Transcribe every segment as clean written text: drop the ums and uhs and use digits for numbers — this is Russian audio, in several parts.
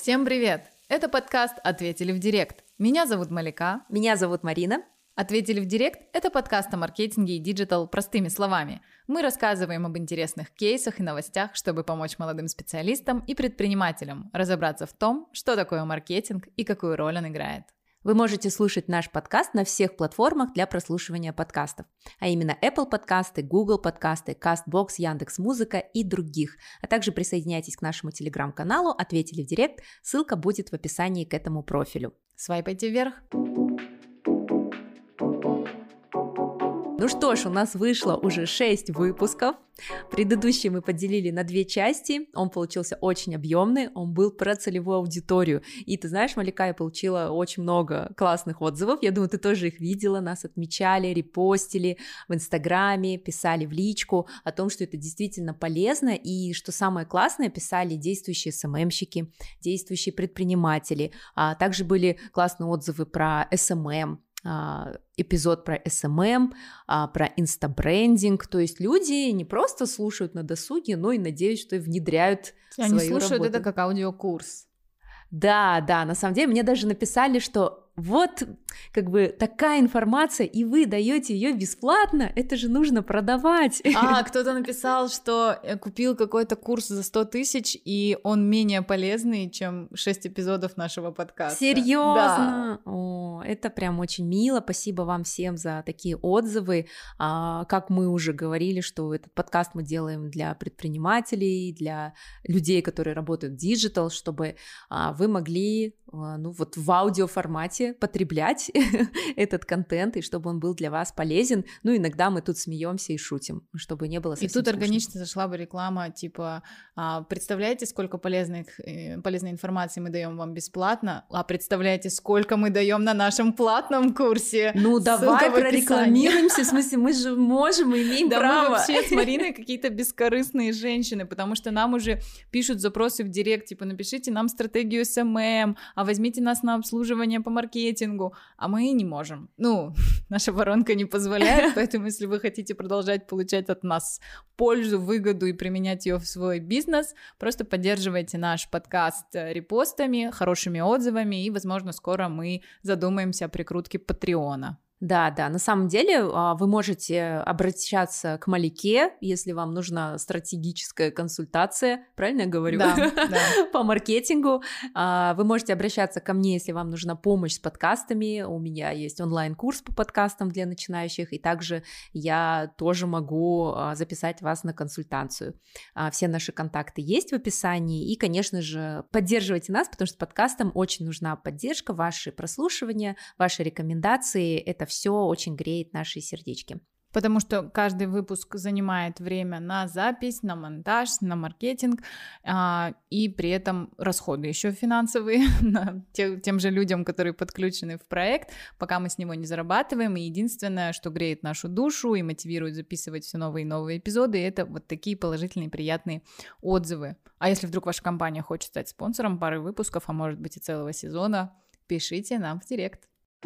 Всем привет! Это подкаст «Ответили в Директ». Меня зовут Малика. Меня зовут Марина. «Ответили в Директ» — это подкаст о маркетинге и диджитал простыми словами. Мы рассказываем об интересных кейсах и новостях, чтобы помочь молодым специалистам и предпринимателям разобраться в том, что такое маркетинг и какую роль он играет. Вы можете слушать наш подкаст на всех платформах для прослушивания подкастов, а именно Apple подкасты, Google подкасты, CastBox, Яндекс.Музыка и других. А также присоединяйтесь к нашему телеграм-каналу «Ответили в Директ», ссылка будет в описании к этому профилю. Свайпайте вверх. Ну что ж, у нас вышло уже 6 выпусков. Предыдущий мы поделили на 2 части. Он получился очень объемный, он был про целевую аудиторию. И ты знаешь, Малика, я получила очень много классных отзывов. Я думаю, ты тоже их видела, нас отмечали, репостили в Инстаграме, писали в личку о том, что это действительно полезно. И что самое классное, писали действующие СММщики, действующие предприниматели. А также были классные отзывы про СММ. Эпизод про SMM, про инстабрендинг, то есть люди не просто слушают на досуге, но и надеюсь, что и внедряют Они свою слушают работу. это как аудиокурс. Да, на самом деле мне даже написали, что вот как бы такая информация, и вы даете ее бесплатно, это же нужно продавать. Кто-то написал, что купил какой-то курс за 100 тысяч, и он менее полезный, чем 6 эпизодов нашего подкаста. Серьезно? Да. О, это прям очень мило. Спасибо вам всем за такие отзывы. Как мы уже говорили, что этот подкаст мы делаем для предпринимателей, для людей, которые работают в диджитал, чтобы вы могли в аудиоформате потреблять этот контент, и чтобы он был для вас полезен. Ну, иногда мы тут смеемся и шутим, чтобы не было совсем скучно. И тут скучно. органично зашла бы реклама, типа, представляете, сколько полезной информации мы даем вам бесплатно, а представляете, сколько мы даем на нашем платном курсе. Ну, давай прорекламируемся, в смысле, мы же можем и имеем право. Мы вообще с Мариной какие-то бескорыстные женщины, потому что нам уже пишут запросы в директ, типа, напишите нам стратегию СММ, а возьмите нас на обслуживание по маркетингу, а мы не можем. Наша воронка не позволяет, поэтому если вы хотите продолжать получать от нас пользу, выгоду и применять ее в свой бизнес, просто поддерживайте наш подкаст репостами, хорошими отзывами, и, возможно, скоро мы задумаемся о прикрутке Патреона. Да, на самом деле вы можете обращаться к Малике, если вам нужна стратегическая консультация, правильно я говорю? Да. По маркетингу. Вы можете обращаться ко мне, если вам нужна помощь с подкастами. У меня есть онлайн-курс по подкастам для начинающих, и также я тоже могу записать вас на консультацию. Все наши контакты есть в описании, и, конечно же, поддерживайте нас, потому что подкастам очень нужна поддержка, ваши прослушивания, ваши рекомендации. Это все очень греет наши сердечки. Потому что каждый выпуск занимает время на запись, на монтаж, на маркетинг, и при этом расходы еще финансовые тем же людям, которые подключены в проект, пока мы с него не зарабатываем. И единственное, что греет нашу душу и мотивирует записывать все новые и новые эпизоды, это вот такие положительные, приятные отзывы. А если вдруг ваша компания хочет стать спонсором пары выпусков, а может быть и целого сезона, пишите нам в директ.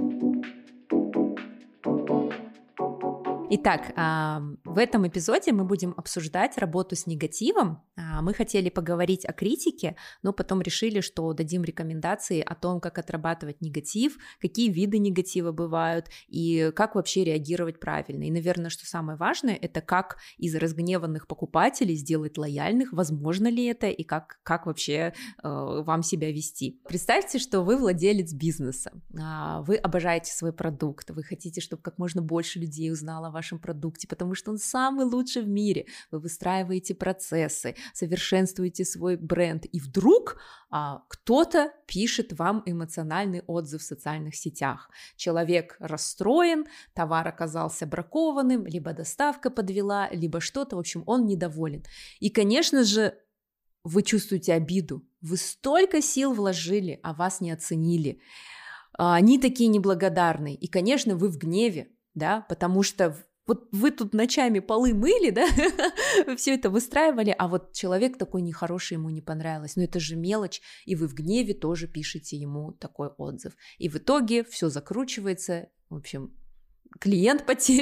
Итак, в этом эпизоде мы будем обсуждать работу с негативом. Мы хотели поговорить о критике, но потом решили, что дадим рекомендации о том, как отрабатывать негатив, какие виды негатива бывают и как вообще реагировать правильно. И, наверное, что самое важное, это как из разгневанных покупателей сделать лояльных, возможно ли это и как вообще вам себя вести. Представьте, что вы владелец бизнеса, вы обожаете свой продукт, вы хотите, чтобы как можно больше людей узнало о вашем продукте, потому что он самый лучший в мире. Вы выстраиваете процессы, совершенствуете свой бренд, и вдруг кто-то пишет вам эмоциональный отзыв в социальных сетях. Человек расстроен, товар оказался бракованным, либо доставка подвела, либо что-то, в общем, он недоволен. И, конечно же, вы чувствуете обиду. Вы столько сил вложили, а вас не оценили. Они такие неблагодарные. И, конечно, вы в гневе, да, потому что вот вы тут ночами полы мыли, да, все это выстраивали, а вот человек такой нехороший, ему не понравилось. Но это же мелочь, и вы в гневе тоже пишете ему такой отзыв. И в итоге все закручивается, в общем, клиент потерян,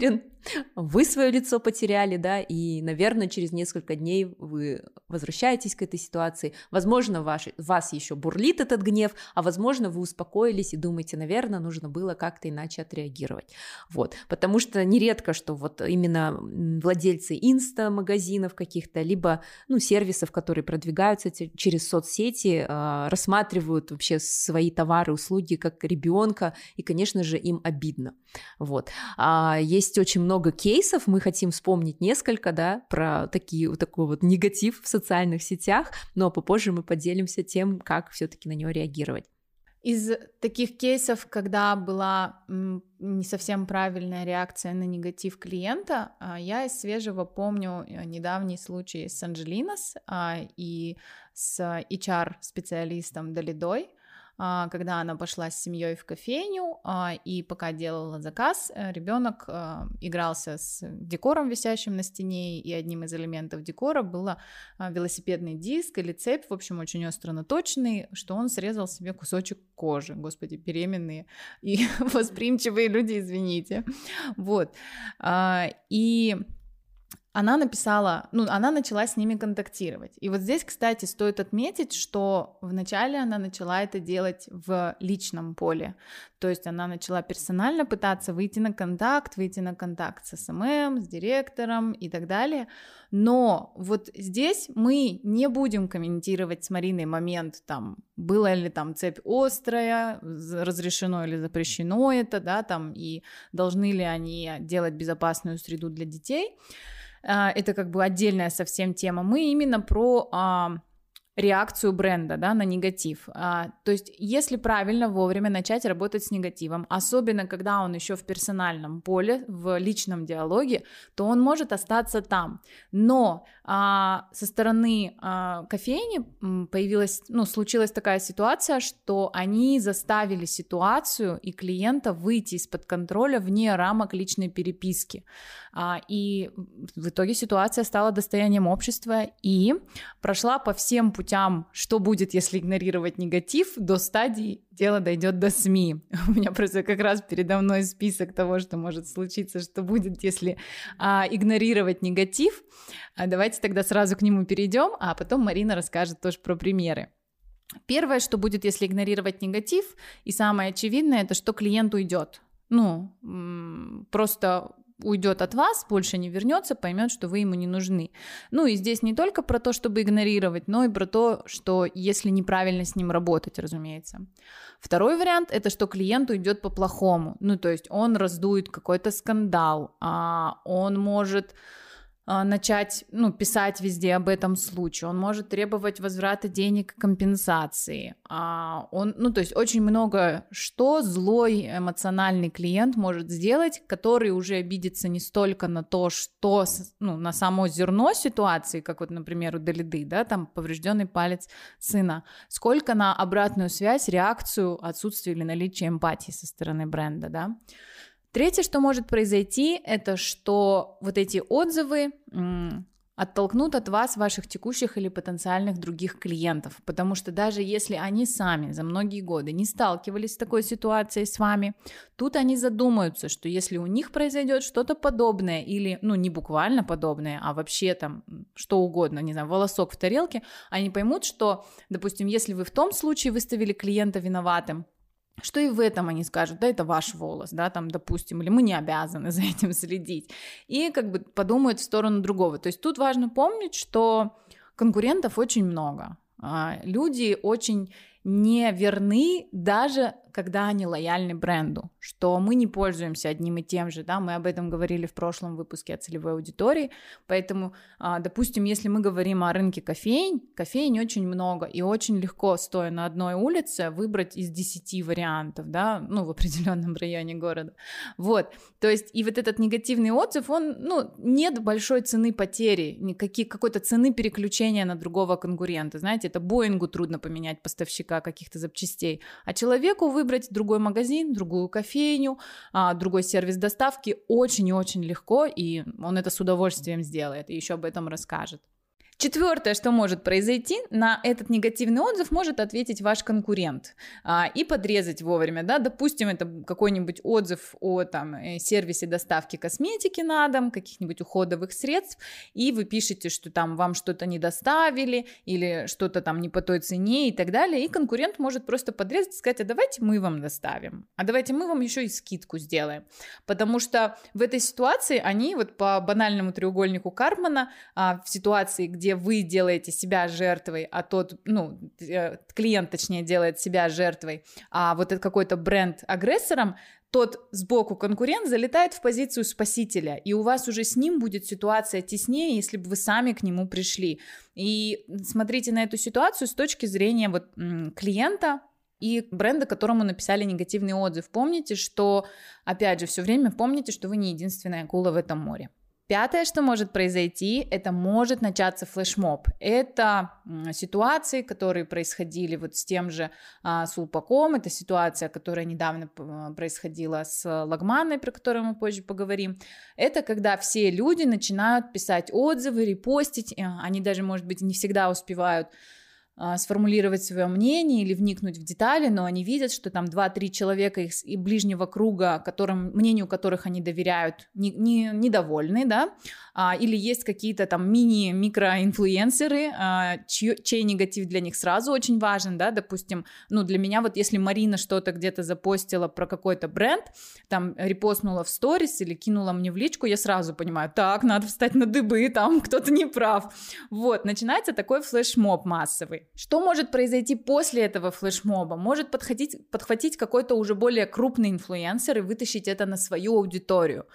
вы свое лицо потеряли, да, и, наверное, через несколько дней вы возвращаетесь к этой ситуации. Возможно, вас еще бурлит этот гнев, а возможно, вы успокоились и думаете, наверное, нужно было как-то иначе отреагировать. Вот, потому что нередко, что вот именно владельцы инста-магазинов каких-то, либо, сервисов, которые продвигаются через соцсети, рассматривают вообще свои товары, услуги как ребенка, и, конечно же, им обидно. Вот. Есть очень много кейсов, мы хотим вспомнить несколько, да, про такой вот негатив в социальных сетях, но попозже мы поделимся тем, как все-таки на него реагировать. Из таких кейсов, когда была не совсем правильная реакция на негатив клиента, я из свежего помню недавний случай с Анджелинос и с HR-специалистом Далидой, когда она пошла с семьей в кофейню, и пока делала заказ, ребенок игрался с декором, висящим на стене, и одним из элементов декора был велосипедный диск или цепь, в общем, очень остро-наточенный, что он срезал себе кусочек кожи. Господи, беременные и восприимчивые люди, извините. Вот. И она написала, она начала с ними контактировать. И вот здесь, кстати, стоит отметить, что вначале она начала это делать в личном поле. То есть она начала персонально пытаться выйти на контакт с СММ, с директором и так далее. Но вот здесь мы не будем комментировать с Мариной момент, была ли цепь острая, разрешено или запрещено это, да, и должны ли они делать безопасную среду для детей. Это как бы отдельная совсем тема. Мы именно про реакцию бренда, да, на негатив. То есть, если правильно вовремя начать работать с негативом, особенно когда он еще в персональном поле, в личном диалоге, то он может остаться там. Но со стороны кофейни случилась такая ситуация, что они заставили ситуацию и клиента выйти из-под контроля вне рамок личной переписки. И в итоге ситуация стала достоянием общества и прошла по всем путям, что будет, если игнорировать негатив, до стадии дело дойдет до СМИ. У меня просто как раз передо мной список того, что может случиться, что будет, если игнорировать негатив. Давайте тогда сразу к нему перейдем, а потом Марина расскажет тоже про примеры. Первое, что будет, если игнорировать негатив, и самое очевидное, это что клиент уйдет. Просто уйдет от вас, больше не вернется, поймет, что вы ему не нужны. И здесь не только про то, чтобы игнорировать, но и про то, что если неправильно с ним работать, разумеется. Второй вариант — это что клиент уйдет по-плохому. То есть он раздует какой-то скандал, он может начать, писать везде об этом случае, он может требовать возврата денег, компенсации, то есть очень много что злой эмоциональный клиент может сделать, который уже обидится не столько на то, что, на само зерно ситуации, как вот, например, у Далиды, да, поврежденный палец сына, сколько на обратную связь, реакцию, отсутствие или наличие эмпатии со стороны бренда, да. Третье, что может произойти, это что вот эти отзывы оттолкнут от вас ваших текущих или потенциальных других клиентов, потому что даже если они сами за многие годы не сталкивались с такой ситуацией с вами, тут они задумаются, что если у них произойдет что-то подобное или, не буквально подобное, а вообще что угодно, не знаю, волосок в тарелке, они поймут, что, допустим, если вы в том случае выставили клиента виноватым, что и в этом они скажут, да, это ваш волос, да, допустим, или мы не обязаны за этим следить, и подумают в сторону другого. То есть тут важно помнить, что конкурентов очень много, люди очень не верны, даже когда они лояльны бренду, что мы не пользуемся одним и тем же, да, мы об этом говорили в прошлом выпуске о целевой аудитории, поэтому, допустим, если мы говорим о рынке кофеин очень много, и очень легко, стоя на одной улице, выбрать из 10 вариантов, да, в определенном районе города, вот, то есть, и вот этот негативный отзыв, он, нет большой цены потери, какой-то цены переключения на другого конкурента, знаете, это Боингу трудно поменять поставщика каких-то запчастей, а человеку выбрать другой магазин, другую кофейню, другой сервис доставки очень и очень легко, и он это с удовольствием сделает, и еще об этом расскажет. Четвертое, что может произойти, на этот негативный отзыв может ответить ваш конкурент и подрезать вовремя, да, допустим, это какой-нибудь отзыв о сервисе доставки косметики на дом, каких-нибудь уходовых средств, и вы пишете, что там вам что-то не доставили или что-то там не по той цене и так далее, и конкурент может просто подрезать и сказать: а давайте мы вам доставим, а давайте мы вам еще и скидку сделаем, потому что в этой ситуации они вот по банальному треугольнику Карпмана в ситуации, где вы делаете себя жертвой, а тот, клиент, точнее, делает себя жертвой, а вот этот какой-то бренд агрессором, тот сбоку конкурент залетает в позицию спасителя, и у вас уже с ним будет ситуация теснее, если бы вы сами к нему пришли. И смотрите на эту ситуацию с точки зрения вот клиента и бренда, которому написали негативный отзыв. Помните, что, опять же, все время помните, что вы не единственная акула в этом море. Пятое, что может произойти, это может начаться флешмоб. Это ситуации, которые происходили вот с тем же Сулпаком, это ситуация, которая недавно происходила с Лагманой, про которую мы позже поговорим. Это когда все люди начинают писать отзывы, репостить, они даже, может быть, не всегда успевают сформулировать свое мнение или вникнуть в детали, но они видят, что там 2-3 человека их и ближнего круга, мнению которых они доверяют, недовольны, да, или есть какие-то там микроинфлюенсеры, чей негатив для них сразу очень важен, да, допустим, для меня вот если Марина что-то где-то запостила про какой-то бренд, там репостнула в сторис или кинула мне в личку, я сразу понимаю, так, надо встать на дыбы, там кто-то не прав, вот, начинается такой флешмоб массовый. Что может произойти после этого флешмоба? Может подхватить какой-то уже более крупный инфлюенсер и вытащить это на свою аудиторию.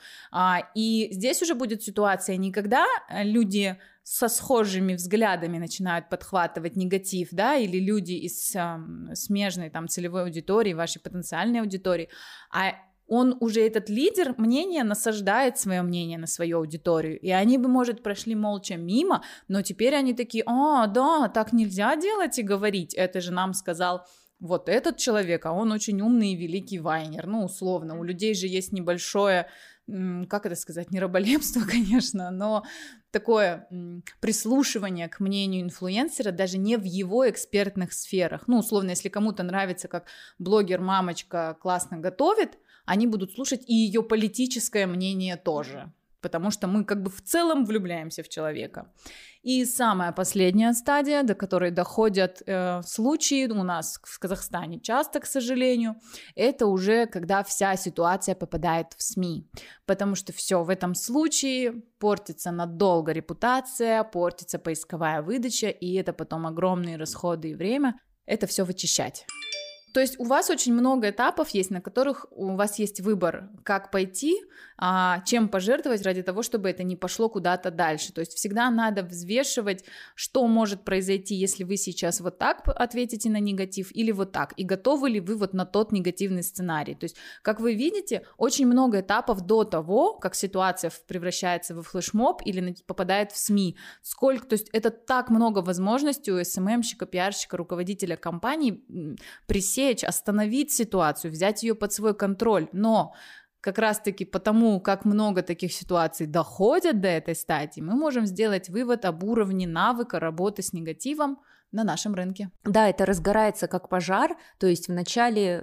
И здесь уже будет ситуация не когда люди со схожими взглядами начинают подхватывать негатив, да, или люди из смежной там целевой аудитории, вашей потенциальной аудитории, а он уже, этот лидер мнения, насаждает свое мнение на свою аудиторию, и они бы, может, прошли молча мимо, но теперь они такие: да, так нельзя делать и говорить, это же нам сказал вот этот человек, а он очень умный и великий вайнер, условно, у людей же есть небольшое, как это сказать, не раболепство, конечно, но такое прислушивание к мнению инфлюенсера даже не в его экспертных сферах, условно, если кому-то нравится, как блогер-мамочка классно готовит, они будут слушать и ее политическое мнение тоже, потому что мы как бы в целом влюбляемся в человека. И самая последняя стадия, до которой доходят случаи у нас в Казахстане часто, к сожалению, это уже когда вся ситуация попадает в СМИ, потому что все, в этом случае портится надолго репутация, портится поисковая выдача, и это потом огромные расходы и время, это все вычищать. То есть у вас очень много этапов есть, на которых у вас есть выбор, как пойти, чем пожертвовать ради того, чтобы это не пошло куда-то дальше. То есть всегда надо взвешивать, что может произойти, если вы сейчас вот так ответите на негатив или вот так, и готовы ли вы вот на тот негативный сценарий. То есть, как вы видите, очень много этапов до того, как ситуация превращается во флешмоб или попадает в СМИ. То есть это так много возможностей у СММщика, пиарщика, руководителя компании пресечь, остановить ситуацию, взять ее под свой контроль, но как раз-таки потому, как много таких ситуаций доходят до этой стадии, мы можем сделать вывод об уровне навыка работы с негативом на нашем рынке. Да, это разгорается как пожар, то есть вначале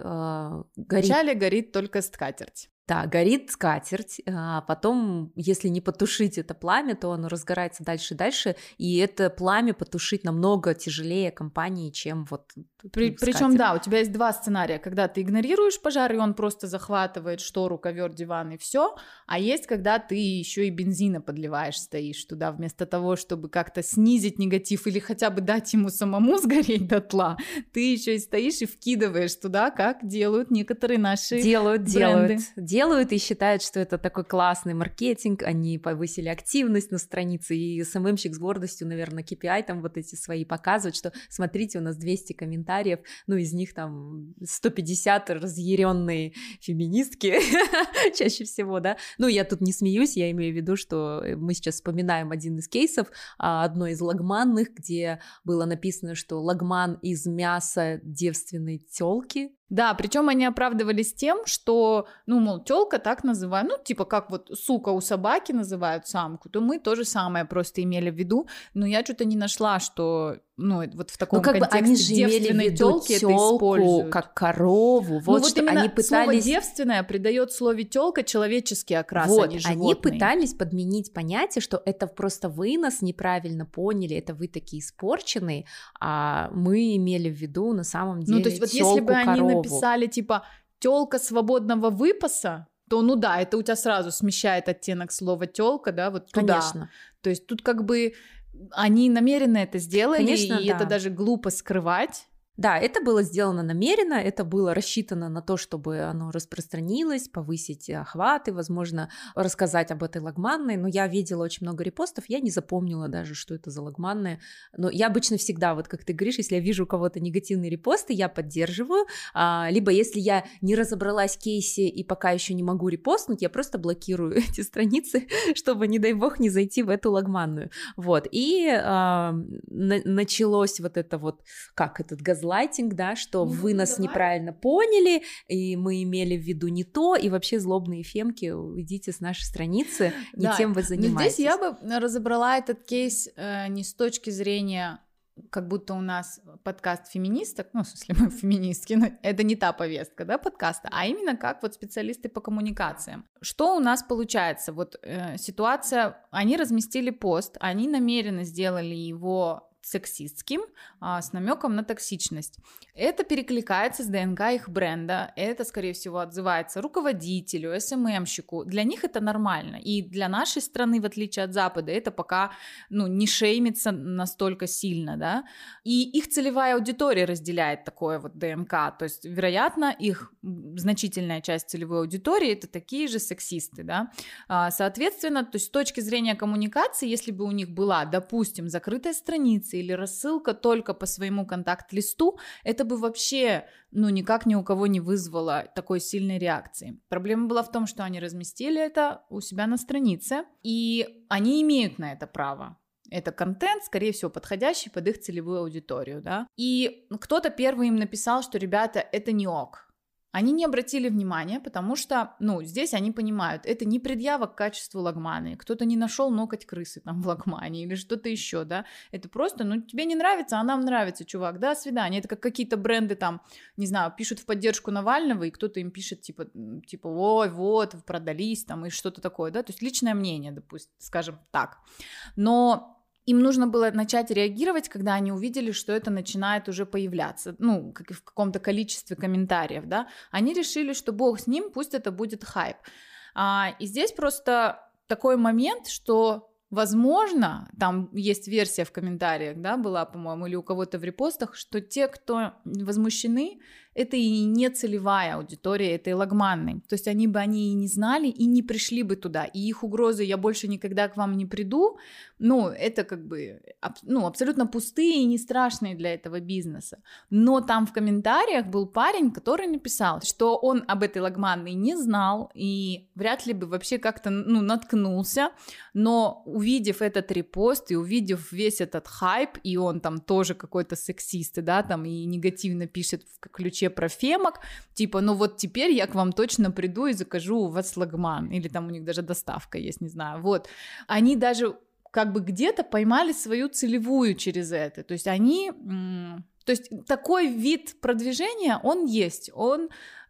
горит только скатерть. Да, горит скатерть, а потом, если не потушить это пламя, то оно разгорается дальше и дальше, и это пламя потушить намного тяжелее компании, чем вот Причем, да, у тебя есть два сценария, когда ты игнорируешь пожар, и он просто захватывает штору, ковер, диван и все, а есть, когда ты еще и бензина подливаешь, стоишь туда, вместо того, чтобы как-то снизить негатив или хотя бы дать ему самому сгореть дотла, ты еще и стоишь и вкидываешь туда, как делают некоторые наши бренды. Делают и считают, что это такой классный маркетинг, они повысили активность на странице, и СММщик с гордостью, наверное, KPI там вот эти свои показывают, что смотрите, у нас 200 комментариев, из них там 150 разъяренные феминистки чаще всего, да, я тут не смеюсь, я имею в виду, что мы сейчас вспоминаем один из кейсов, одной из лагманных, где было написано, что лагман из мяса девственной тёлки, Да, причем они оправдывались тем, что, ну, мол, тёлка так называют, ну, типа, как вот сука у собаки называют самку, то мы то же самое просто имели в виду, но я что-то не нашла, что, ну, вот в таком контексте они же девственной тёлки это используют. Как корову, вот, вот что именно они пытались... слово девственное придает слове тёлка человеческий окрас, вот, а не животный. они пытались подменить понятие, что это просто вы нас неправильно поняли, это вы такие испорченные, а мы имели в виду на самом деле ну, то есть вот если бы корову. они написали, типа, тёлка свободного выпаса, то, ну да, это у тебя сразу смещает оттенок слова тёлка, да, вот туда. Конечно. То есть тут как бы они намеренно это сделали, Конечно, и да. это даже глупо скрывать. Да, это было сделано намеренно, это было рассчитано на то, чтобы оно распространилось, повысить охваты, возможно, рассказать об этой лагманной, но я видела очень много репостов, я не запомнила даже, что это за лагманная, но я обычно всегда, вот как ты говоришь, если я вижу у кого-то негативные репосты, я поддерживаю, либо если я не разобралась в кейсе и пока еще не могу репостнуть, я просто блокирую эти страницы, чтобы, не дай бог, не зайти в эту лагманную, вот, и началось вот это вот, как этот газлайтинг, да, что вы нас неправильно поняли, и мы имели в виду не то, и вообще злобные фемки, уйдите с нашей страницы, не тем вы занимаетесь. Но здесь я бы разобрала этот кейс не с точки зрения, как будто у нас подкаст феминисток, ну, в смысле, мы феминистки, но это не та повестка, да, подкаста, а именно как вот специалисты по коммуникациям. Что у нас получается? Вот ситуация, они разместили пост, они намеренно сделали его сексистским, с намеком на токсичность. Это перекликается с ДНК их бренда, это, скорее всего, отзывается руководителю, СММщику. Для них это нормально. И для нашей страны, в отличие от Запада, это пока, ну, не шеймится настолько сильно, да. И их целевая аудитория разделяет такое вот ДНК. То есть, вероятно, их значительная часть целевой аудитории это такие же сексисты, да. Соответственно, то есть с точки зрения коммуникации, если бы у них была, допустим, закрытая страница или рассылка только по своему контакт-листу, это бы вообще, ну, никак ни у кого не вызвало такой сильной реакции. Проблема была в том, что они разместили это у себя на странице, и они имеют на это право. Это контент, скорее всего, подходящий под их целевую аудиторию, да. И кто-то первый им написал, что, ребята, это не ок. Они не обратили внимания, потому что, ну, здесь они понимают, это не предъява к качеству лагманы, кто-то не нашел ноготь крысы там в лагмане или что-то еще, да, это просто, ну, тебе не нравится, а нам нравится, чувак, до свидания, это как какие-то бренды там, не знаю, пишут в поддержку Навального, и кто-то им пишет, типа, ой, вот, продались там, и что-то такое, да, то есть личное мнение, допустим, скажем так, но им нужно было начать реагировать, когда они увидели, что это начинает уже появляться, ну, как и в каком-то количестве комментариев, да. Они решили, что бог с ним, пусть это будет хайп. И здесь просто такой момент, что, возможно, там есть версия в комментариях, да, была, по-моему, или у кого-то в репостах, что те, кто возмущены, это и не целевая аудитория этой лагманной. То есть они бы о ней и не знали, и не пришли бы туда. И их угрозы «я больше никогда к вам не приду», ну, это как бы, ну, абсолютно пустые и не страшные для этого бизнеса. Но там в комментариях был парень, который написал, что он об этой лагманной не знал и вряд ли бы вообще как-то, ну, наткнулся, но увидев этот репост и увидев весь этот хайп, и он там тоже какой-то сексист, да, там и негативно пишет в ключе про фемок, типа, ну вот теперь я к вам точно приду и закажу у вас лагман, или там у них даже доставка есть, не знаю, вот. Они даже как бы где-то поймали свою целевую через это, то есть они... То есть такой вид продвижения, он есть, он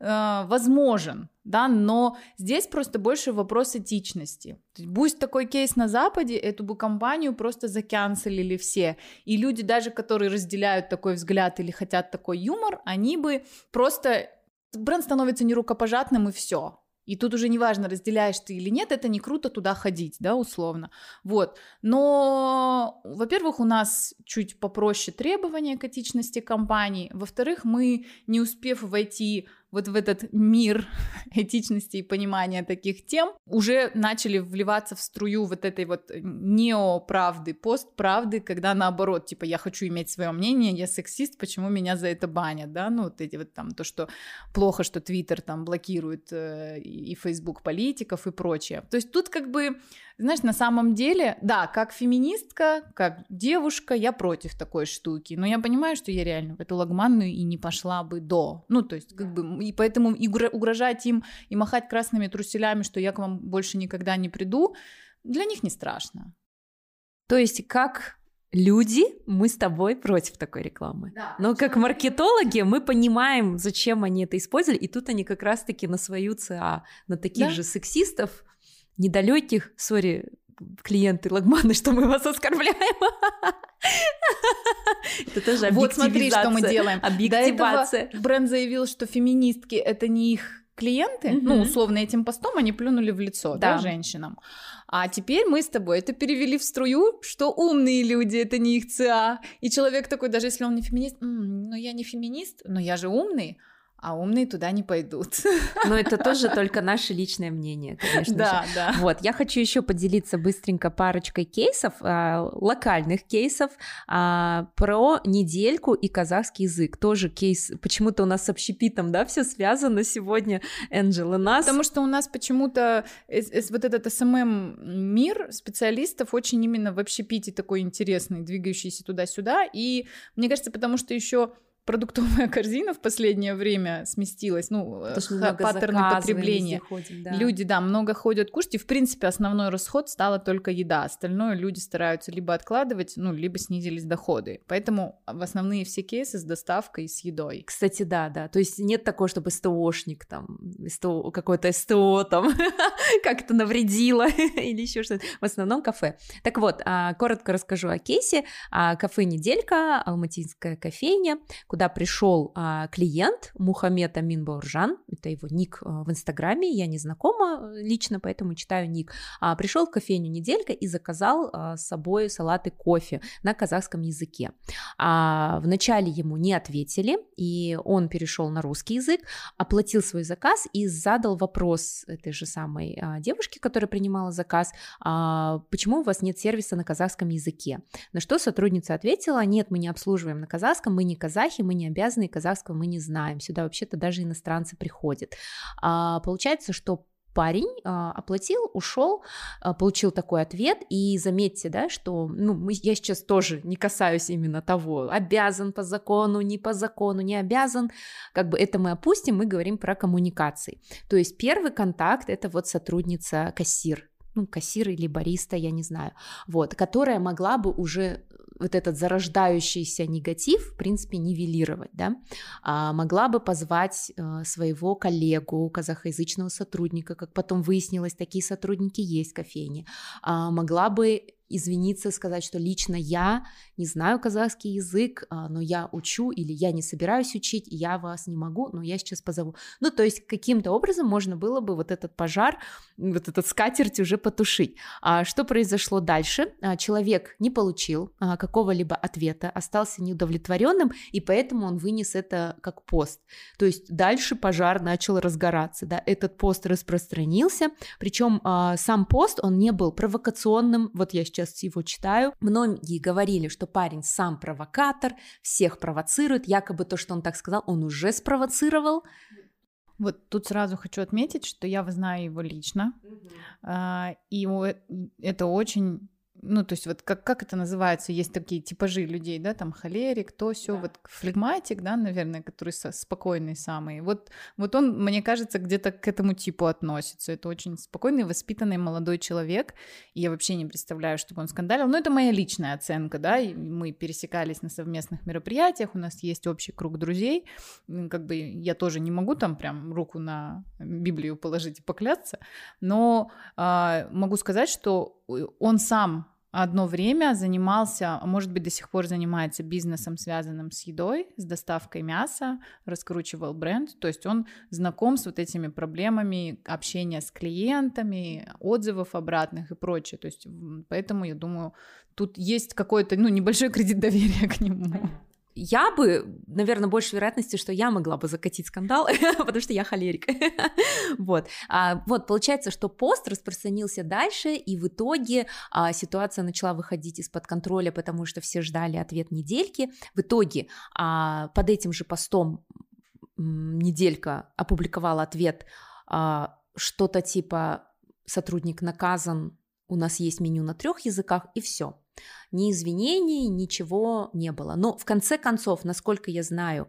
возможен, да, но здесь просто больше вопрос этичности. Будь такой кейс на Западе, эту бы компанию просто заканцелили все, и люди даже, которые разделяют такой взгляд или хотят такой юмор, они бы просто... Бренд становится нерукопожатным и все. И тут уже неважно, разделяешь ты или нет, это не круто туда ходить, да, условно. Вот. Но, во-первых, у нас чуть попроще требования к этичности компаний. Во-вторых, мы, не успев войти вот в этот мир этичности и понимания таких тем, уже начали вливаться в струю вот этой вот неоправды, постправды, когда наоборот, типа, я хочу иметь свое мнение, я сексист, почему меня за это банят, да, ну, вот эти вот там, то, что плохо, что Твиттер там блокирует и Фейсбук политиков и прочее. То есть тут как бы, знаешь, на самом деле, да, как феминистка, как девушка, я против такой штуки, но я понимаю, что я реально в эту лагманную и не пошла бы до, ну, то есть как бы, и поэтому угрожать им и махать красными труселями, что я к вам больше никогда не приду, для них не страшно. То есть как люди, мы с тобой против такой рекламы. Да, но как маркетологи мы понимаем, зачем они это использовали, и тут они как раз-таки на свою ЦА, на таких же сексистов, недалеких, клиенты лагманы, что мы вас оскорбляем. Это тоже объективизация. Вот смотри, что мы делаем. Объективация. До этого бренд заявил, что феминистки — это не их клиенты, ну, условно, этим постом они плюнули в лицо, да, женщинам. А теперь мы с тобой это перевели в струю, что умные люди — это не их ЦА. И человек такой, даже если он не феминист, ну, я не феминист, но я же умный. А умные туда не пойдут. Но это тоже только наше личное мнение, конечно же. Да. Вот, я хочу еще поделиться быстренько парочкой кейсов, локальных кейсов про недельку и казахский язык. Тоже кейс, почему-то у нас с общепитом, да, все связано сегодня, Энджел, и нас. Потому что у нас почему-то вот этот СММ-мир специалистов очень именно в общепите такой интересный, двигающийся туда-сюда. И мне кажется, потому что еще продуктовая корзина в последнее время сместилась, ну, паттерны потребления. Ходим, да. Люди, да, много ходят кушать, и, в принципе, основной расход стала только еда. Остальное люди стараются либо откладывать, ну, либо снизились доходы. Поэтому в основные все кейсы с доставкой и с едой. Кстати, да. То есть нет такого, чтобы СТОшник там, какое-то СТО там как-то навредило или еще что-то. В основном кафе. Так вот, коротко расскажу о кейсе. Кафе «Неделька», алматинская кофейня, куда пришел клиент Мухаммед Амин Бауржан, это его ник в Инстаграме, я не знакома лично, поэтому читаю ник, пришел в кофейню «Неделька» и заказал с собой салат и кофе на казахском языке. Вначале ему не ответили, и он перешел на русский язык, оплатил свой заказ и задал вопрос этой же самой девушке, которая принимала заказ, почему у вас нет сервиса на казахском языке? На что сотрудница ответила: нет, мы не обслуживаем на казахском, мы не казахи, мы не обязаны, казахского мы не знаем, сюда вообще-то даже иностранцы приходят. Получается, что парень оплатил, ушел, получил такой ответ, и заметьте, да, что, я сейчас тоже не касаюсь именно того, обязан по закону, не обязан, как бы это мы опустим, мы говорим про коммуникации. То есть первый контакт — это вот сотрудница-кассир, кассир или бариста, я не знаю, вот, которая могла бы уже вот этот зарождающийся негатив, в принципе, нивелировать, да, могла бы позвать своего коллегу, казахоязычного сотрудника, как потом выяснилось, такие сотрудники есть в кофейне, могла бы извиниться, сказать, что лично я не знаю казахский язык, но я учу, или я не собираюсь учить, я вас не могу, но я сейчас позову. То есть каким-то образом можно было бы вот этот пожар, вот этот скатерть уже потушить. Что произошло дальше? Человек не получил какого-либо ответа, остался неудовлетворенным, и поэтому он вынес это как пост. То есть дальше пожар начал разгораться, да, этот пост распространился, причем сам пост, он не был провокационным, вот я сейчас его читаю, многие говорили, что парень сам провокатор, всех провоцирует, якобы то, что он так сказал, он уже спровоцировал. Вот тут сразу хочу отметить, что я знаю его лично, и это очень... то есть вот как это называется, есть такие типажи людей, да, там холерик, то все, да. Вот флегматик, да, наверное, который спокойный самый. Вот он, мне кажется, где-то к этому типу относится. Это очень спокойный, воспитанный молодой человек, и я вообще не представляю, чтобы он скандалил. Но это моя личная оценка, да, и мы пересекались на совместных мероприятиях, у нас есть общий круг друзей, как бы я тоже не могу там прям руку на Библию положить и поклясться, но могу сказать, что он сам одно время занимался, а может быть, до сих пор занимается бизнесом, связанным с едой, с доставкой мяса, раскручивал бренд, то есть он знаком с вот этими проблемами общения с клиентами, отзывов обратных и прочее, то есть поэтому, я думаю, тут есть какой-то, небольшой кредит доверия к нему. я бы, наверное, больше вероятности, что я могла бы закатить скандал, потому что я холерик. Вот, получается, что пост распространился дальше, и в итоге ситуация начала выходить из-под контроля, потому что все ждали ответ недельки. В итоге под этим же постом неделька опубликовала ответ, что-то типа «сотрудник наказан, у нас есть меню на 3 языках», и все. Ни извинений, ничего не было. Но в конце концов, насколько я знаю,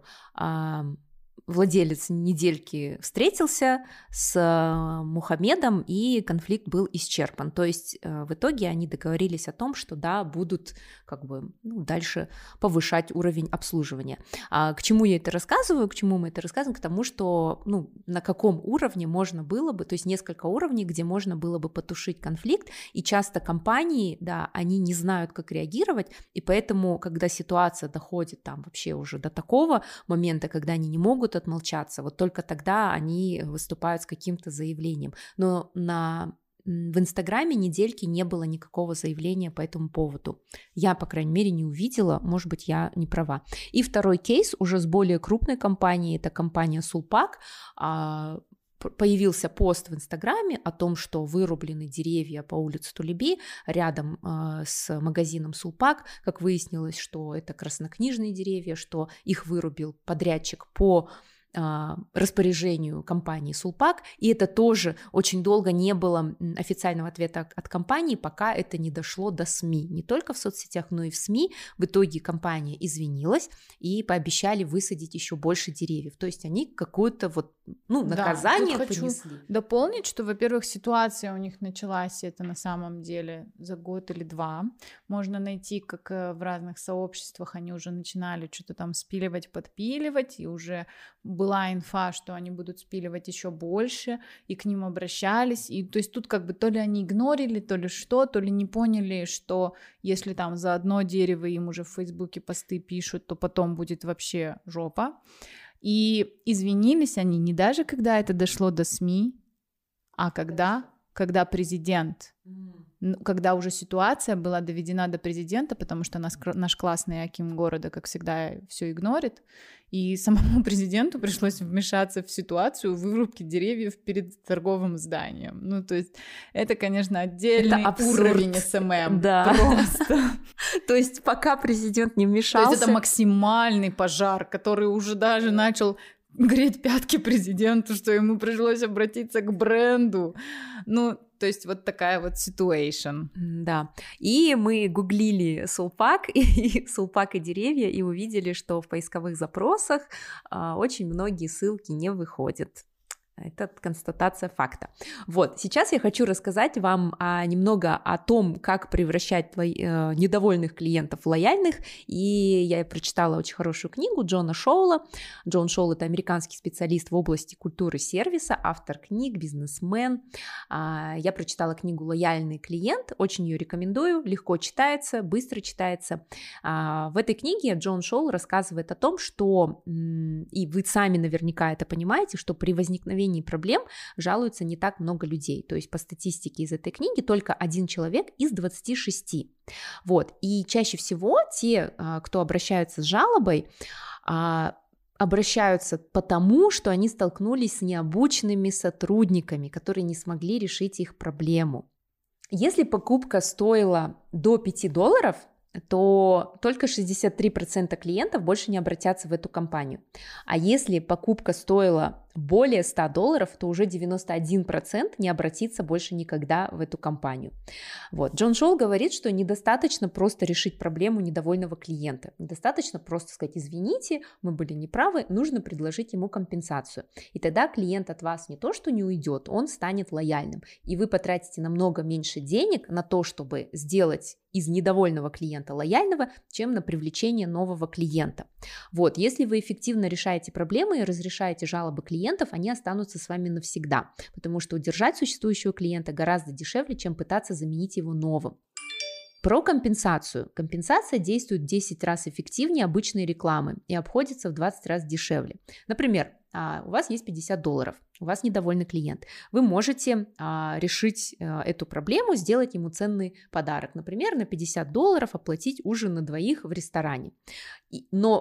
владелец недельки встретился с Мухаммедом, и конфликт был исчерпан. То есть в итоге они договорились о том, что да, будут как бы дальше повышать уровень обслуживания. К чему я это рассказываю? К чему мы это рассказываем? К тому, что на каком уровне можно было бы, то есть несколько уровней, где можно было бы потушить конфликт, и часто компании, да, они не знают, как реагировать, и поэтому, когда ситуация доходит там вообще уже до такого момента, когда они не могут отмолчаться, вот только тогда они выступают с каким-то заявлением. Но в Инстаграме недельки не было никакого заявления по этому поводу. Я, по крайней мере, не увидела, может быть, я не права. И второй кейс уже с более крупной компанией, это компания Sulpak. Появился пост в Инстаграме о том, что вырублены деревья по улице Тулеби рядом с магазином Sulpak. Как выяснилось, что это краснокнижные деревья, что их вырубил подрядчик по распоряжению компании Sulpak, и это тоже очень долго не было официального ответа от компании, пока это не дошло до СМИ, не только в соцсетях, но и в СМИ. В итоге компания извинилась и пообещали высадить еще больше деревьев, то есть они какое-то наказание понесли. Дополнить, что, во-первых, ситуация у них началась, это на самом деле за год или 2, можно найти, как в разных сообществах они уже начинали что-то там спиливать, подпиливать, и уже была инфа, что они будут спиливать еще больше, и к ним обращались, и то есть тут как бы то ли они игнорили, то ли что, то ли не поняли, что если там за одно дерево им уже в Фейсбуке посты пишут, то потом будет вообще жопа. И извинились они не даже когда это дошло до СМИ, а когда президент, когда уже ситуация была доведена до президента, потому что наш классный аким города, как всегда, все игнорит, и самому президенту пришлось вмешаться в ситуацию вырубки деревьев перед торговым зданием. То есть это, конечно, отдельный уровень СММ. Да. Просто. То есть пока президент не вмешался... То есть это максимальный пожар, который уже даже начал греть пятки президенту, что ему пришлось обратиться к бренду. То есть вот такая вот ситуация. Да. И мы гуглили Sulpak и деревья, и увидели, что в поисковых запросах очень многие ссылки не выходят. Это констатация факта. Вот, сейчас я хочу рассказать вам немного о том, как превращать недовольных клиентов в лояльных, и я прочитала очень хорошую книгу Джона Шоула. Джон Шоул — это американский специалист в области культуры сервиса, автор книг, бизнесмен. Я прочитала книгу «Лояльный клиент», очень ее рекомендую, легко читается, быстро читается. В этой книге Джон Шоул рассказывает о том, что, и вы сами наверняка это понимаете, что при возникновении проблем жалуются не так много людей. То есть по статистике из этой книги только 1 человек из 26. Вот. И чаще всего те, кто обращаются с жалобой, обращаются потому, что они столкнулись с необученными сотрудниками, которые не смогли решить их проблему. Если покупка стоила до $5, то только 63% клиентов больше не обратятся в эту компанию. А если покупка стоила более $100, то уже 91% не обратится больше никогда в эту компанию. Вот. Джон Шоул говорит, что недостаточно просто решить проблему недовольного клиента. Недостаточно просто сказать: извините, мы были неправы, нужно предложить ему компенсацию. И тогда клиент от вас не то что не уйдет, он станет лояльным. И вы потратите намного меньше денег на то, чтобы сделать из недовольного клиента лояльного, чем на привлечение нового клиента. Вот. Если вы эффективно решаете проблемы и разрешаете жалобы клиентов, они останутся с вами навсегда, потому что удержать существующего клиента гораздо дешевле, чем пытаться заменить его новым. Про компенсацию. Компенсация действует в 10 раз эффективнее обычной рекламы и обходится в 20 раз дешевле. Например, у вас есть $50, у вас недовольный клиент. Вы можете решить эту проблему, сделать ему ценный подарок. Например, на $50 оплатить ужин на 2 в ресторане. Но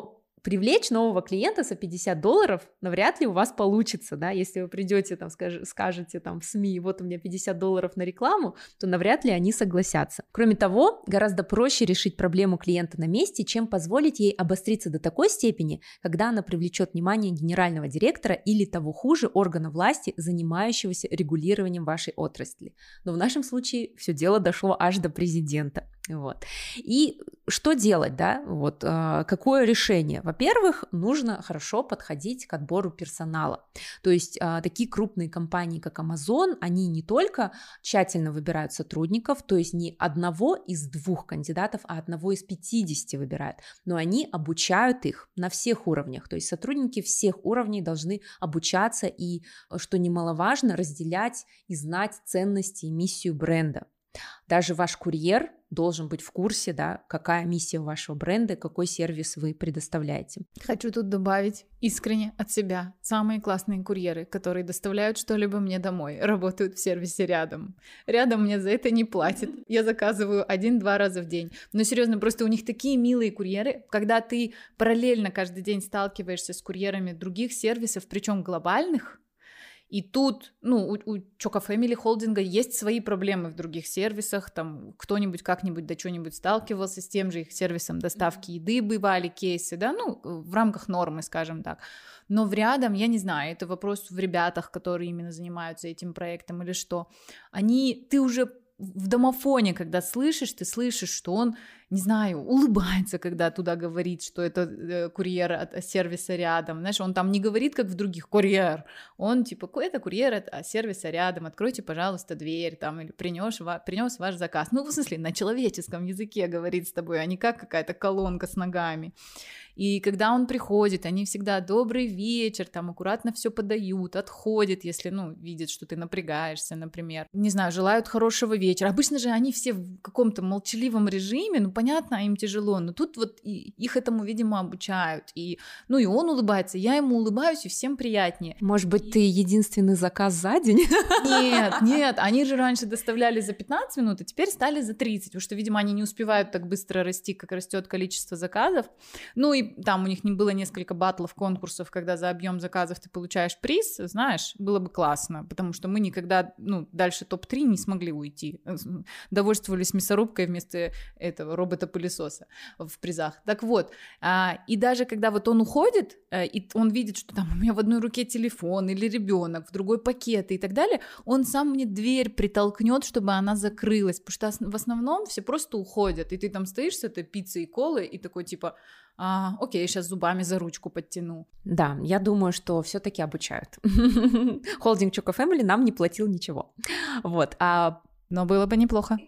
привлечь нового клиента за $50 навряд ли у вас получится, да, если вы придете там, скажете там в СМИ, вот у меня $50 на рекламу, то навряд ли они согласятся. Кроме того, гораздо проще решить проблему клиента на месте, чем позволить ей обостриться до такой степени, когда она привлечет внимание генерального директора или того хуже органа власти, занимающегося регулированием вашей отрасли. Но в нашем случае все дело дошло аж до президента. Вот. И что делать, да? Вот, какое решение? Во-первых, нужно хорошо подходить к отбору персонала. То есть такие крупные компании, как Amazon, они не только тщательно выбирают сотрудников, то есть не одного из 2 кандидатов, а одного из 50 выбирают, но они обучают их на всех уровнях. То есть сотрудники всех уровней должны обучаться и, что немаловажно, разделять и знать ценности и миссию бренда. Даже ваш курьер должен быть в курсе, да, какая миссия вашего бренда, какой сервис вы предоставляете. Хочу тут добавить искренне от себя. Самые классные курьеры, которые доставляют что-либо мне домой, работают в сервисе рядом. Рядом мне за это не платят. Я заказываю 1-2 раза в день. Но серьезно, просто у них такие милые курьеры, когда ты параллельно каждый день сталкиваешься с курьерами других сервисов, причем глобальных. И тут, у Choco Family холдинга есть свои проблемы в других сервисах, там кто-нибудь как-нибудь до чего-нибудь сталкивался с тем же их сервисом доставки еды, бывали кейсы, да, в рамках нормы, скажем так. Но в рядом, я не знаю, это вопрос в ребятах, которые именно занимаются этим проектом или что. Ты уже в домофоне, когда ты слышишь, что он, не знаю, улыбается, когда туда говорит, что это курьер от сервиса рядом. Знаешь, он там не говорит, как в других, курьер. Он типа, это курьер от сервиса рядом, откройте, пожалуйста, дверь, там, или принес ваш заказ. В смысле, на человеческом языке говорит с тобой, а не как какая-то колонка с ногами. И когда он приходит, они всегда добрый вечер, там аккуратно все подают, отходят, если, видят, что ты напрягаешься, например. Не знаю, желают хорошего вечера. Обычно же они все в каком-то молчаливом режиме, понятно, им тяжело, но тут вот их этому, видимо, обучают. И он улыбается, я ему улыбаюсь, и всем приятнее. Может быть, ты единственный заказ за день? Нет, они же раньше доставляли за 15 минут, а теперь стали за 30, потому что, видимо, они не успевают так быстро расти, как растет количество заказов. И там у них не было несколько баттлов, конкурсов, когда за объем заказов ты получаешь приз, знаешь, было бы классно, потому что мы никогда, дальше топ-3 не смогли уйти, довольствовались мясорубкой вместо этого робота-пылесоса в призах. Так вот, и даже когда вот он уходит, и он видит, что там у меня в одной руке телефон или ребенок, в другой пакеты и так далее, он сам мне дверь притолкнет, чтобы она закрылась, потому что в основном все просто уходят, и ты там стоишь с этой пиццей и колой, и такой типа... окей, сейчас зубами за ручку подтяну. Да, я думаю, что все-таки обучают. Холдинг Choco Family нам не платил ничего. Вот. Но было бы неплохо.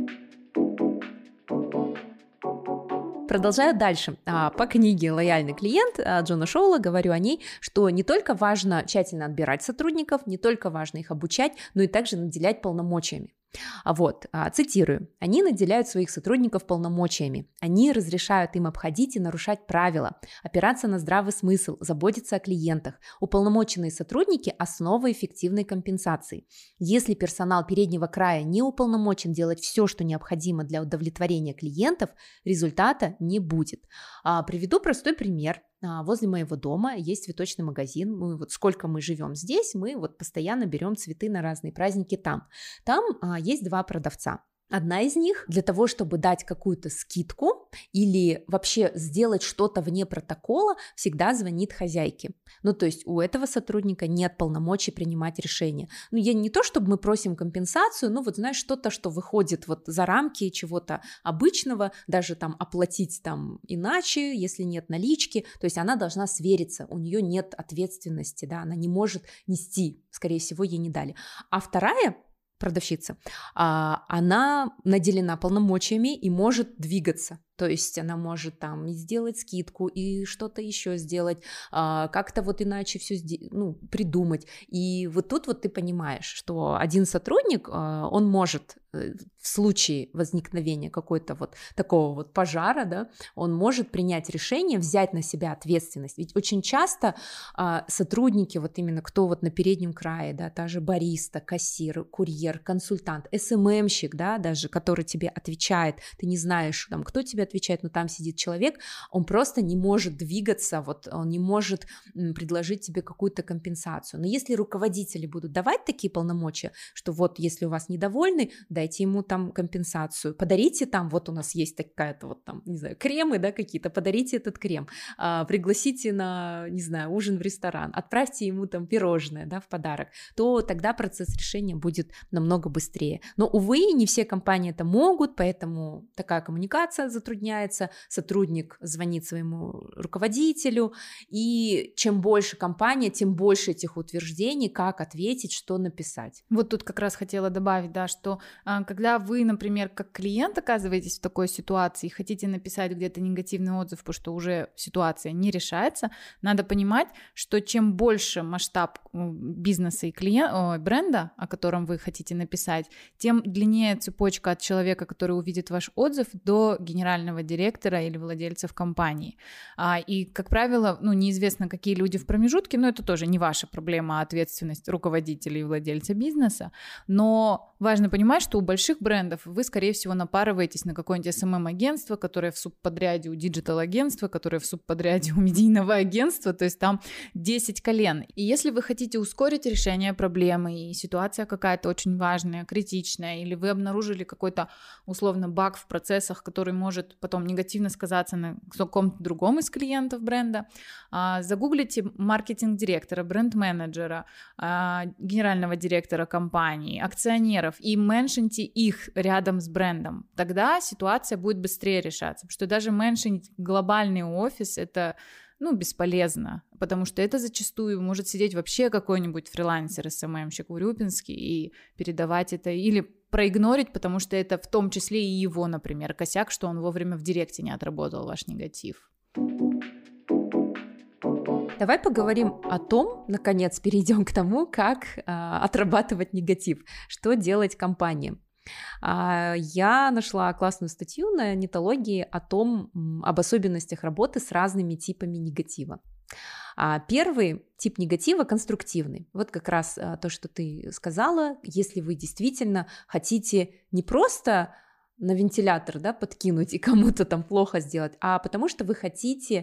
Продолжаю дальше. По книге «Лояльный клиент» Джона Шоула говорю о ней, что не только важно тщательно отбирать сотрудников, не только важно их обучать, но и также наделять полномочиями. Цитирую, они наделяют своих сотрудников полномочиями, они разрешают им обходить и нарушать правила, опираться на здравый смысл, заботиться о клиентах. Уполномоченные сотрудники – основа эффективной компенсации. Если персонал переднего края не уполномочен делать все, что необходимо для удовлетворения клиентов, результата не будет. Приведу простой пример. Возле моего дома есть цветочный магазин. Сколько мы живем здесь, мы постоянно берем цветы на разные праздники там. Там есть 2 продавца. Одна из них для того, чтобы дать какую-то скидку или вообще сделать что-то вне протокола, всегда звонит хозяйке. То есть у этого сотрудника нет полномочий принимать решения. Я не то, чтобы мы просим компенсацию, знаешь, что-то, что выходит за рамки чего-то обычного, даже там оплатить там иначе, если нет налички, то есть она должна свериться, у нее нет ответственности, да, она не может нести, скорее всего, ей не дали. А вторая продавщица, она наделена полномочиями и может двигаться. То есть она может там сделать скидку и что-то еще сделать, как-то иначе все придумать. И тут ты понимаешь, что один сотрудник, он может в случае возникновения какой-то такого пожара, да, он может принять решение, взять на себя ответственность. Ведь очень часто сотрудники, именно кто на переднем крае, да, та же бариста, кассир, курьер, консультант, СММщик, да, даже, который тебе отвечает, ты не знаешь, там, кто тебе отвечает, но там сидит человек, он просто не может двигаться, вот он не может предложить тебе какую-то компенсацию. Но если руководители будут давать такие полномочия, что вот если у вас недовольны, дайте ему там компенсацию, подарите там, вот у нас есть такая-то вот там, не знаю, кремы, да, какие-то, подарите этот крем, пригласите на, не знаю, ужин в ресторан, отправьте ему там пирожное, да, в подарок, то тогда процесс решения будет намного быстрее. Но, увы, не все компании это могут, поэтому такая коммуникация затрудняется, сотрудник звонит своему руководителю, и чем больше компания, тем больше этих утверждений, как ответить, что написать. Вот тут как раз хотела добавить, да, что когда вы, например, как клиент оказываетесь в такой ситуации и хотите написать где-то негативный отзыв, потому что уже ситуация не решается, надо понимать, что чем больше масштаб бизнеса и бренда, о котором вы хотите написать, тем длиннее цепочка от человека, который увидит ваш отзыв, до генерального директора или владельцев компании. И, как правило, неизвестно, какие люди в промежутке, но это тоже не ваша проблема, а ответственность руководителей и владельца бизнеса. Но важно понимать, что у больших брендов вы, скорее всего, напарываетесь на какое-нибудь SMM-агентство, которое в субподряде у диджитал-агентства, которое в субподряде у медийного агентства, то есть там 10 колен. И если вы хотите ускорить решение проблемы, и ситуация какая-то очень важная, критичная, или вы обнаружили какой-то, условно, баг в процессах, который может потом негативно сказаться на каком-то другом из клиентов бренда, загуглите маркетинг-директора, бренд-менеджера, генерального директора компании, акционеров и меншиньте их рядом с брендом. Тогда ситуация будет быстрее решаться, потому что даже меншинить глобальный офис — это бесполезно, потому что это зачастую может сидеть вообще какой-нибудь фрилансер, СММщик Урюпинский и передавать это, или проигнорить, потому что это в том числе и его, например, косяк, что он вовремя в директе не отработал ваш негатив. Давай поговорим о том, наконец, перейдем к тому, как отрабатывать негатив, что делать компаниям. Я нашла классную статью на Нетологии об особенностях работы с разными типами негатива. Первый тип негатива — конструктивный. Вот как раз то, что ты сказала, если вы действительно хотите не просто на вентилятор, да, подкинуть и кому-то там плохо сделать, а потому что вы хотите,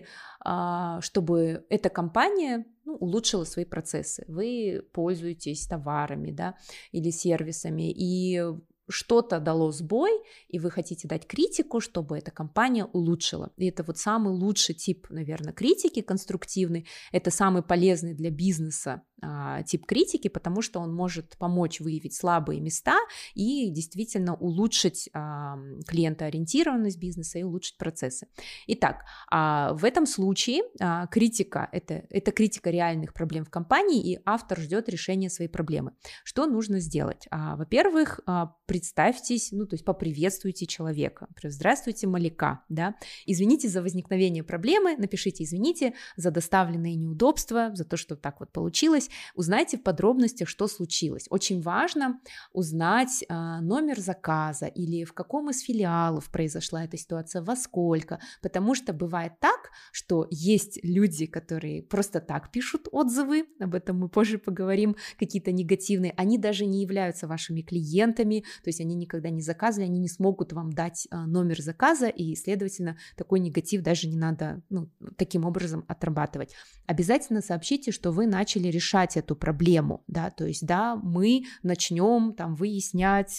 чтобы эта компания улучшила свои процессы. Вы пользуетесь товарами, да, или сервисами, и что-то дало сбой, и вы хотите дать критику, чтобы эта компания улучшила. И это вот самый лучший тип, наверное, критики, конструктивный. Это самый полезный для бизнеса тип критики, потому что он может помочь выявить слабые места и действительно улучшить клиентоориентированность бизнеса и улучшить процессы. Итак, в этом случае критика — это критика реальных проблем в компании, и автор ждет решения своей проблемы. Что нужно сделать? Во-первых, представьтесь, то есть поприветствуйте человека. Здравствуйте, Малика, да? Извините за возникновение проблемы, напишите извините за доставленные неудобства, за то, что так вот получилось. Узнайте в подробностях, что случилось. Очень важно узнать номер заказа или в каком из филиалов произошла эта ситуация, во сколько, потому что бывает так, что есть люди, которые просто так пишут отзывы, об этом мы позже поговорим, какие-то негативные, они даже не являются вашими клиентами, то есть они никогда не заказывали, они не смогут вам дать номер заказа, и, следовательно, такой негатив даже не надо таким образом отрабатывать. Обязательно сообщите, что вы начали решать эту проблему, да, то есть, да, мы начнем там выяснять,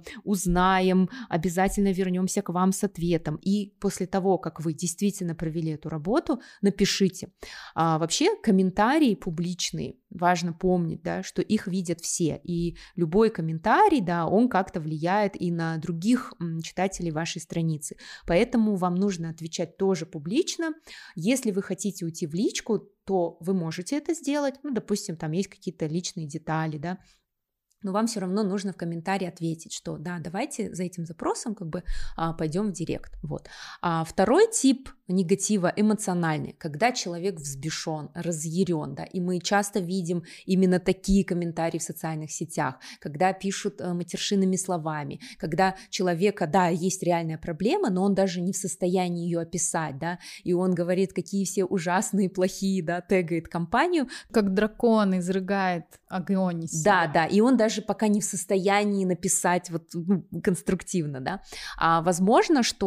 узнаем, обязательно вернемся к вам с ответом, и после того, как вы действительно провели эту работу, напишите. Вообще, комментарии публичные, важно помнить, да, что их видят все, и любой комментарий, да, он как-то влияет и на других читателей вашей страницы, поэтому вам нужно отвечать тоже публично. Если вы хотите уйти в личку, то вы можете это сделать, допустим, там есть какие-то личные детали, да, но вам все равно нужно в комментарии ответить, что да, давайте за этим запросом пойдем в директ. Вот. Второй тип негатива эмоциональный, когда человек взбешен, разъярен, да, и мы часто видим именно такие комментарии в социальных сетях, когда пишут матершинными словами, когда человека, да, есть реальная проблема, но он даже не в состоянии ее описать, да, и он говорит, какие все ужасные, плохие, да, тегает компанию. Как дракон изрыгает огонь из себя. Да, и он даже пока не в состоянии написать вот конструктивно, да. Возможно, что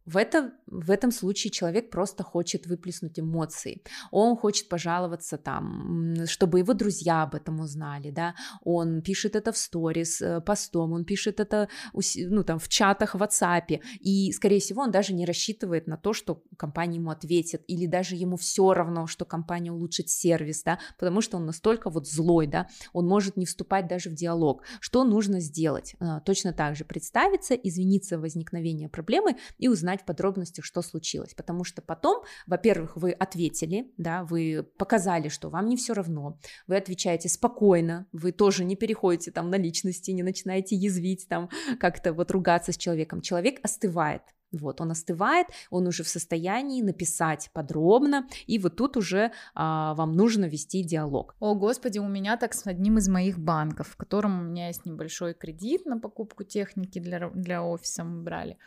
В этом случае человек просто хочет выплеснуть эмоции, он хочет пожаловаться там, чтобы его друзья об этом узнали, да, он пишет это в сторис, постом, он пишет это, ну, там, в чатах в WhatsApp, и, скорее всего, он даже не рассчитывает на то, что компания ему ответит, или даже ему все равно, что компания улучшит сервис, да, потому что он настолько вот злой, да, он может не вступать даже в диалог. Что нужно сделать? Точно так же представиться, извиниться в возникновении проблемы и узнать в подробностях, что случилось, потому что потом, во-первых, вы ответили, да, вы показали, что вам не все равно, вы отвечаете спокойно, вы тоже не переходите там на личности, не начинаете язвить, там, как-то вот ругаться с человеком, человек остывает. Вот, он остывает, он уже в состоянии написать подробно, и вот тут уже вам нужно вести диалог. О, Господи, у меня так с одним из моих банков, в котором у меня есть небольшой кредит на покупку техники для офиса мы брали.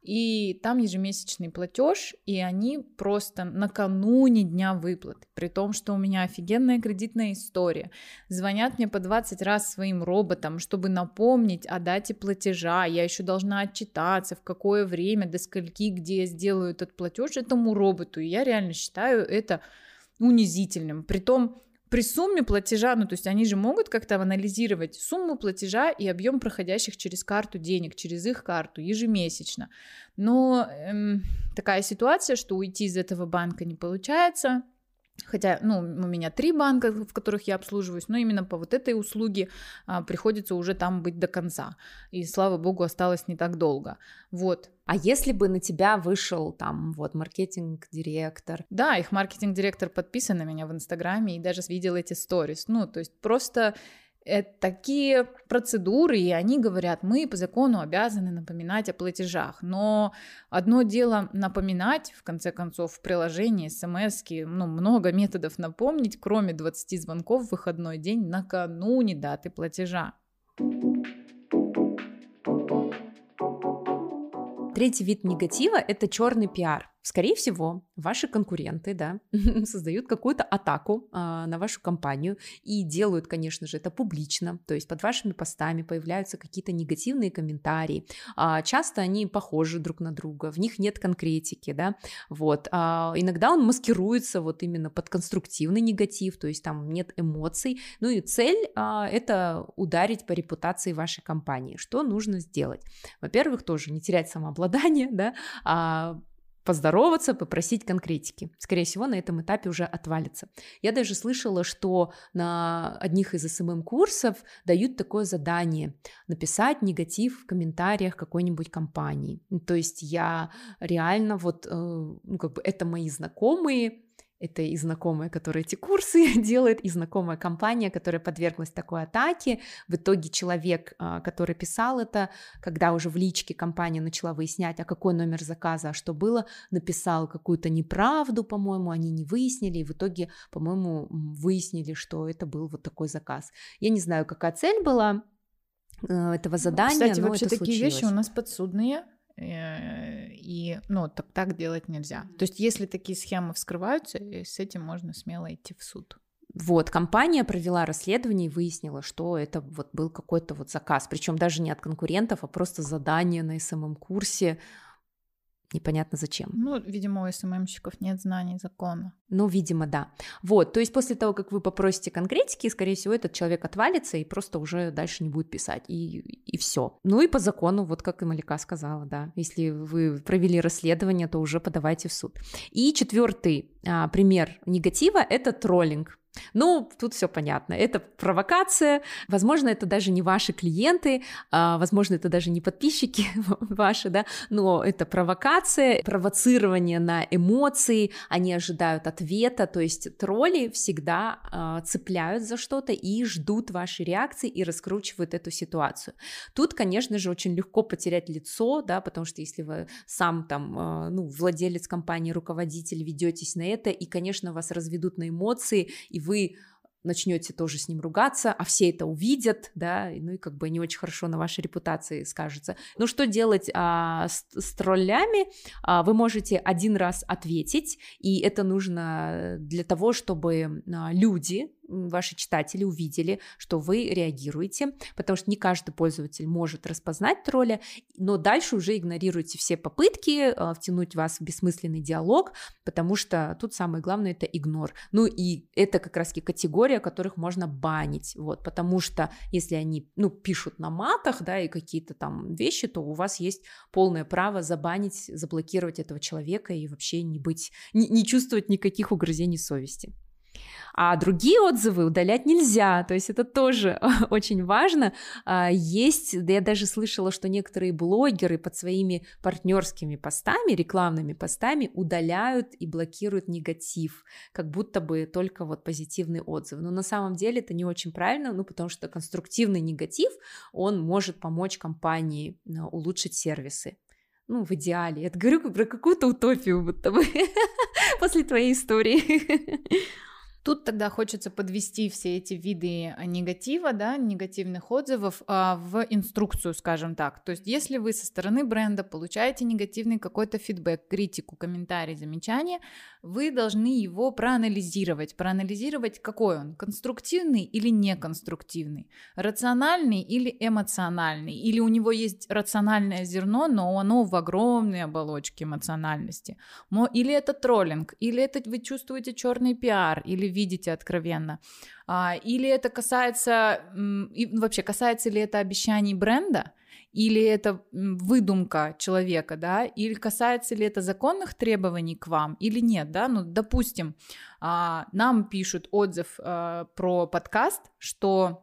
И там ежемесячный платеж, и они просто накануне дня выплаты, при том, что у меня офигенная кредитная история, звонят мне по 20 раз своим роботам, чтобы напомнить о дате платежа, я еще должна отчитаться, в какое время, до скольки, где я сделаю этот платеж этому роботу, и я реально считаю это унизительным, притом при сумме платежа, ну то есть они же могут как-то анализировать сумму платежа и объем проходящих через карту денег, через их карту ежемесячно. Но такая ситуация, что уйти из этого банка не получается. Хотя, ну, у меня 3 банка, в которых я обслуживаюсь, но именно по вот этой услуге приходится уже там быть до конца. И, слава богу, осталось не так долго. Вот. А если бы на тебя вышел там вот маркетинг-директор? Да, их маркетинг-директор подписан на меня в Инстаграме и даже видел эти сторис. Ну, то есть просто такие процедуры, и они говорят, мы по закону обязаны напоминать о платежах, но одно дело напоминать, в конце концов, в приложении, смс-ки, ну, много методов напомнить, кроме 20 звонков в выходной день накануне даты платежа. Третий вид негатива – это черный пиар. Скорее всего, ваши конкуренты, да, создают какую-то атаку на вашу компанию и делают, конечно же, это публично, то есть под вашими постами появляются какие-то негативные комментарии, часто они похожи друг на друга, в них нет конкретики, да, вот, иногда он маскируется вот именно под конструктивный негатив, то есть там нет эмоций, ну и цель это ударить по репутации вашей компании. Что нужно сделать? Во-первых, тоже не терять самообладание, да, поздороваться, попросить конкретики. Скорее всего, на этом этапе уже отвалится. Я даже слышала, что на одних из СММ-курсов дают такое задание – написать негатив в комментариях какой-нибудь компании. То есть я реально вот, ну как бы это мои знакомые, это и знакомая, которая эти курсы делает, и знакомая компания, которая подверглась такой атаке. В итоге человек, который писал это, когда уже в личке компания начала выяснять, а какой номер заказа, а что было, написал какую-то неправду, по-моему, они не выяснили, и в итоге, по-моему, выяснили, что это был вот такой заказ. Я не знаю, какая цель была этого задания, Кстати, но вообще это такие случилось. вещи у нас подсудные. И, ну, так делать нельзя. То есть, если такие схемы вскрываются, с этим можно смело идти в суд. Вот, компания провела расследование и выяснила, что это вот был какой-то вот заказ, причем даже не от конкурентов, а просто задание на СММ-курсе. Непонятно зачем. Ну, видимо, у СММщиков нет знаний закона. Ну, видимо, да. Вот, то есть после того, как вы попросите конкретики, скорее всего, этот человек отвалится и просто уже дальше не будет писать, и все. Ну и по закону, вот как и Малика сказала, да, если вы провели расследование, то уже подавайте в суд. И 4-й пример негатива – это троллинг. Ну, тут все понятно, это провокация, возможно, это даже не ваши клиенты, возможно, это даже не подписчики ваши, да, но это провокация, провоцирование на эмоции, они ожидают ответа, то есть тролли всегда цепляют за что-то и ждут вашей реакции и раскручивают эту ситуацию. Тут, конечно же, очень легко потерять лицо, да, потому что если вы сам там, ну, владелец компании, руководитель, ведетесь на это, и, конечно, вас разведут на эмоции, и вы начнете тоже с ним ругаться, а все это увидят, да, ну и как бы не очень хорошо на вашей репутации скажется. Ну что делать с троллями? Вы можете один раз ответить, и это нужно для того, чтобы люди ваши читатели увидели, что вы реагируете, потому что не каждый пользователь может распознать тролля, но дальше уже игнорируйте все попытки втянуть вас в бессмысленный диалог, потому что тут самое главное — это игнор. Ну и это как раз-таки категория, которых можно банить, вот, потому что если они, пишут на матах, да, и какие-то там вещи, то у вас есть полное право забанить, заблокировать этого человека и вообще не чувствовать никаких угрызений совести. А другие отзывы удалять нельзя, то есть это тоже очень важно. Я даже слышала, что некоторые блогеры под своими партнерскими постами, рекламными постами удаляют и блокируют негатив, как будто бы только вот позитивный отзыв. Но на самом деле это не очень правильно, потому что конструктивный негатив, он может помочь компании улучшить сервисы. В идеале. Я говорю про какую-то утопию будто бы после твоей истории. Тут тогда хочется подвести все эти виды негатива, да, негативных отзывов в инструкцию, скажем так. То есть если вы со стороны бренда получаете негативный какой-то фидбэк, критику, комментарий, замечание, вы должны его проанализировать. Проанализировать, какой он, конструктивный или неконструктивный, рациональный или эмоциональный, или у него есть рациональное зерно, но оно в огромной оболочке эмоциональности. Или это троллинг, или это вы чувствуете черный пиар, или видите откровенно. Или это касается ли это обещаний бренда, или это выдумка человека, да, или касается ли это законных требований к вам, или нет, да, допустим, нам пишут отзыв про подкаст, что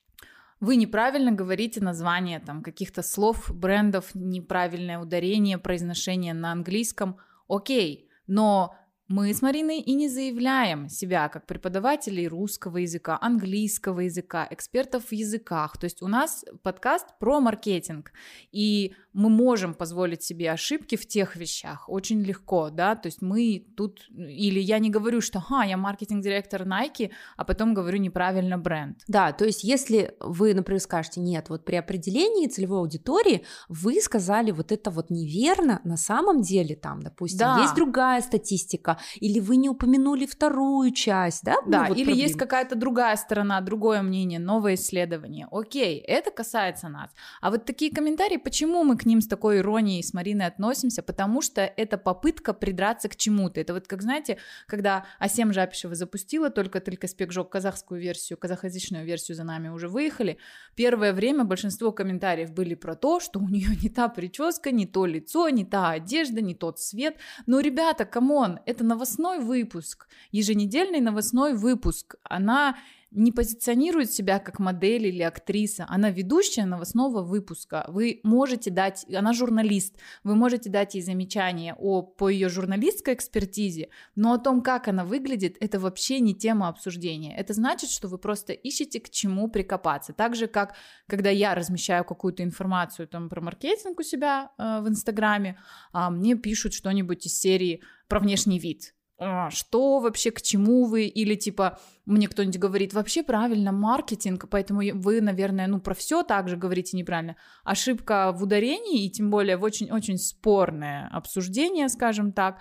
вы неправильно говорите название там каких-то слов, брендов, неправильное ударение, произношение на английском, окей, но мы с Мариной и не заявляем себя как преподавателей русского языка, английского языка, экспертов в языках. То есть у нас подкаст про маркетинг, и мы можем позволить себе ошибки в тех вещах очень легко, да, то есть мы тут, или я не говорю, что я маркетинг-директор Nike, а потом говорю неправильно бренд. Да, то есть если вы, например, скажете, нет, вот при определении целевой аудитории вы сказали вот это вот неверно, на самом деле там, допустим, есть другая статистика, или вы не упомянули вторую часть, да? Да, или проблема. Есть какая-то другая сторона, другое мнение, новое исследование. Окей, это касается нас. А вот такие комментарии, почему мы к ним с такой иронией с Мариной относимся? Потому что это попытка придраться к чему-то. Это вот как, знаете, когда Асем Жапишева запустила только Спекжок казахскую версию, казахоязычную версию за нами уже выехали, первое время большинство комментариев были про то, что у нее не та прическа, не то лицо, не та одежда, не тот цвет. Но, ребята, камон, это новостной выпуск, еженедельный новостной выпуск. Она не позиционирует себя как модель или актриса, она ведущая новостного выпуска. Вы можете дать, она журналист, вы можете дать ей замечание по ее журналистской экспертизе, но о том, как она выглядит, это вообще не тема обсуждения. Это значит, что вы просто ищете к чему прикопаться. Так же, как когда я размещаю какую-то информацию там, про маркетинг у себя в Инстаграме, мне пишут что-нибудь из серии про внешний вид. Что вообще, к чему вы, или типа мне кто-нибудь говорит, вообще правильно, маркетинг, поэтому вы, наверное, про все так же говорите неправильно. Ошибка в ударении, и тем более в очень-очень спорное обсуждение, скажем так,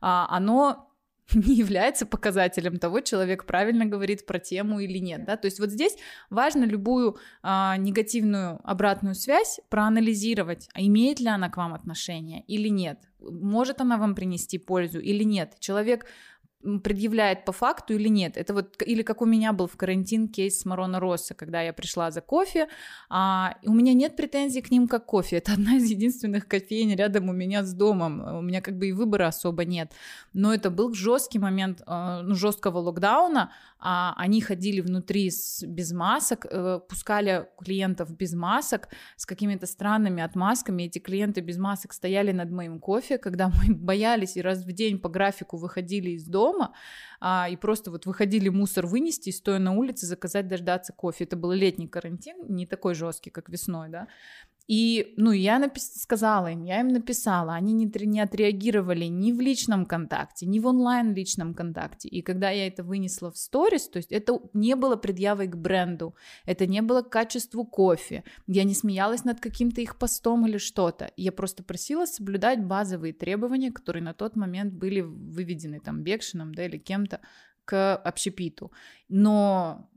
оно не является показателем того, человек правильно говорит про тему или нет, да, то есть вот здесь важно любую негативную обратную связь проанализировать, имеет ли она к вам отношение или нет, может она вам принести пользу или нет, человек предъявляет по факту или нет. Это вот, или как у меня был в карантин кейс с Марона Росса, когда я пришла за кофе, у меня нет претензий к ним как кофе, это одна из единственных кофеен рядом у меня с домом, у меня как бы и выбора особо нет, но это был жесткий момент жесткого локдауна, они ходили внутри без масок, пускали клиентов без масок, с какими-то странными отмазками, эти клиенты без масок стояли над моим кофе, когда мы боялись и раз в день по графику выходили из дома, и просто вот выходили мусор вынести, и стоя на улице заказать, дождаться кофе. Это был летний карантин, не такой жесткий, как весной, да. И, я сказала им, я им написала, они не отреагировали ни в личном контакте, ни в онлайн личном контакте. И когда я это вынесла в сторис, то есть это не было предъявой к бренду, это не было к качеству кофе, я не смеялась над каким-то их постом или что-то. Я просто просила соблюдать базовые требования, которые на тот момент были выведены там Бекшиным, да, или кем-то, к общепиту. Но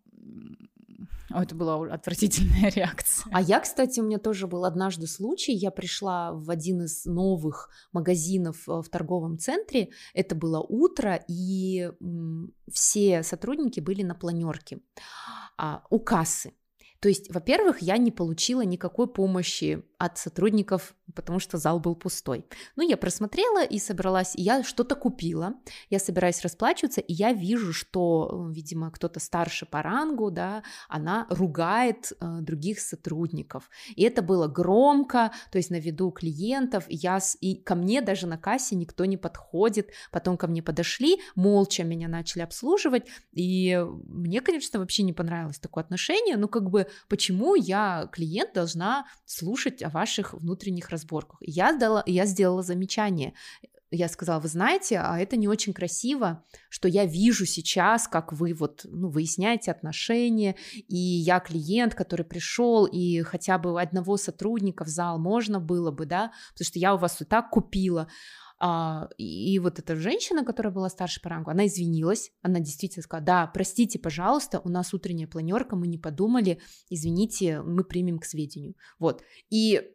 это была отвратительная реакция. А я, кстати, у меня тоже был однажды случай, я пришла в один из новых магазинов в торговом центре, это было утро, и все сотрудники были на планерке у кассы. То есть, во-первых, я не получила никакой помощи от сотрудников, потому что зал был пустой. Ну, я просмотрела и собралась, и я что-то купила, я собираюсь расплачиваться, и я вижу, что, видимо, кто-то старше по рангу, да, она ругает других сотрудников. И это было громко, то есть на виду клиентов, и ко мне даже на кассе никто не подходит, потом ко мне подошли, молча меня начали обслуживать, и мне, конечно, вообще не понравилось такое отношение, ну, как бы, почему я, клиент, должна слушать о ваших внутренних разборках? Я сделала замечание. Я сказала, вы знаете, а это не очень красиво, что я вижу сейчас, как вы выясняете отношения, и я клиент, который пришел, и хотя бы одного сотрудника в зал можно было бы, да, потому что я у вас и так купила. И вот эта женщина, которая была старше по рангу, она извинилась, она действительно сказала, да, простите, пожалуйста, у нас утренняя планерка, мы не подумали, извините, мы примем к сведению, вот, и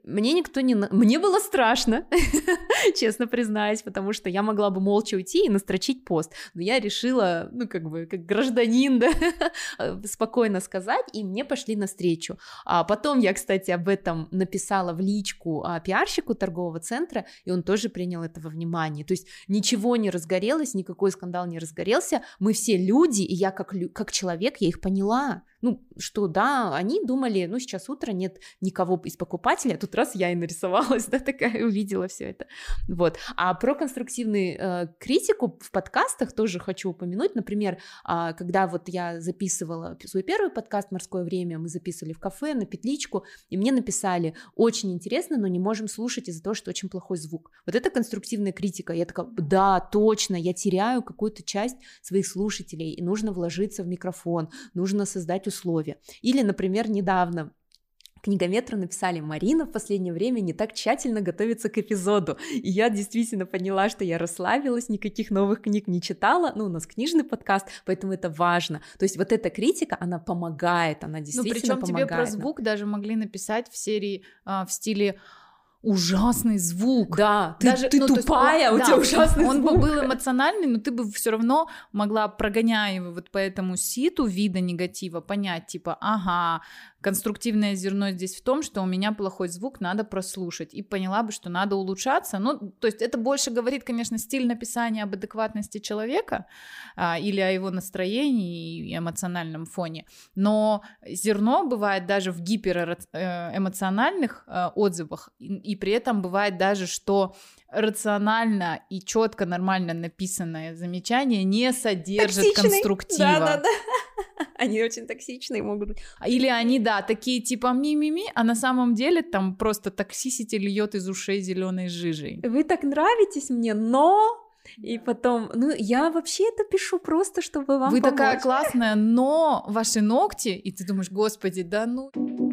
мне было страшно, честно признаюсь, потому что я могла бы молча уйти и настрочить пост, но я решила, как гражданин, да, спокойно сказать, и мне пошли навстречу. Потом я, кстати, об этом написала в личку пиарщику торгового центра, и он тоже принял это во внимание, то есть ничего не разгорелось, никакой скандал не разгорелся, мы все люди, и я как человек, я их поняла, что да, они думали, сейчас утро, нет никого из покупателей, а тут раз я и нарисовалась, да, такая, увидела все это, вот. А про конструктивную критику в подкастах тоже хочу упомянуть, например, когда вот я записывала свой первый подкаст «Морское время», мы записывали в кафе на Петличку, и мне написали, очень интересно, но не можем слушать из-за того, что очень плохой звук. Вот это конструктивная критика, я такая, да, точно, я теряю какую-то часть своих слушателей, и нужно вложиться в микрофон, нужно создать условия. Или, например, недавно Книгометру написали, Марина в последнее время не так тщательно готовится к эпизоду, и я действительно поняла, что я расслабилась, никаких новых книг не читала, у нас книжный подкаст, поэтому это важно, то есть вот эта критика, она помогает, она действительно помогает. Причем тебе про звук даже могли написать в серии в стиле ужасный звук. Да, даже, ты тупая, у тебя ужасный звук. Он бы был эмоциональный, но ты бы все равно могла, прогоняя его вот по этому ситу вида негатива, понять, типа, ага, конструктивное зерно здесь в том, что у меня плохой звук, надо прослушать, и поняла бы, что надо улучшаться. То есть это больше говорит, конечно, стиль написания об адекватности человека или о его настроении и эмоциональном фоне, но зерно бывает даже в гиперэмоциональных отзывах, и при этом бывает даже, что рационально и четко, нормально написанное замечание не содержит конструктива. Да. Они очень токсичные могут быть. Или они, да, такие типа ми-ми-ми, а на самом деле там просто токсисити льет из ушей зеленой жижей. Вы так нравитесь мне, но... И потом, я вообще это пишу просто, чтобы вам Вы помочь. такая классная, но ваши ногти, и ты думаешь, господи, да ну...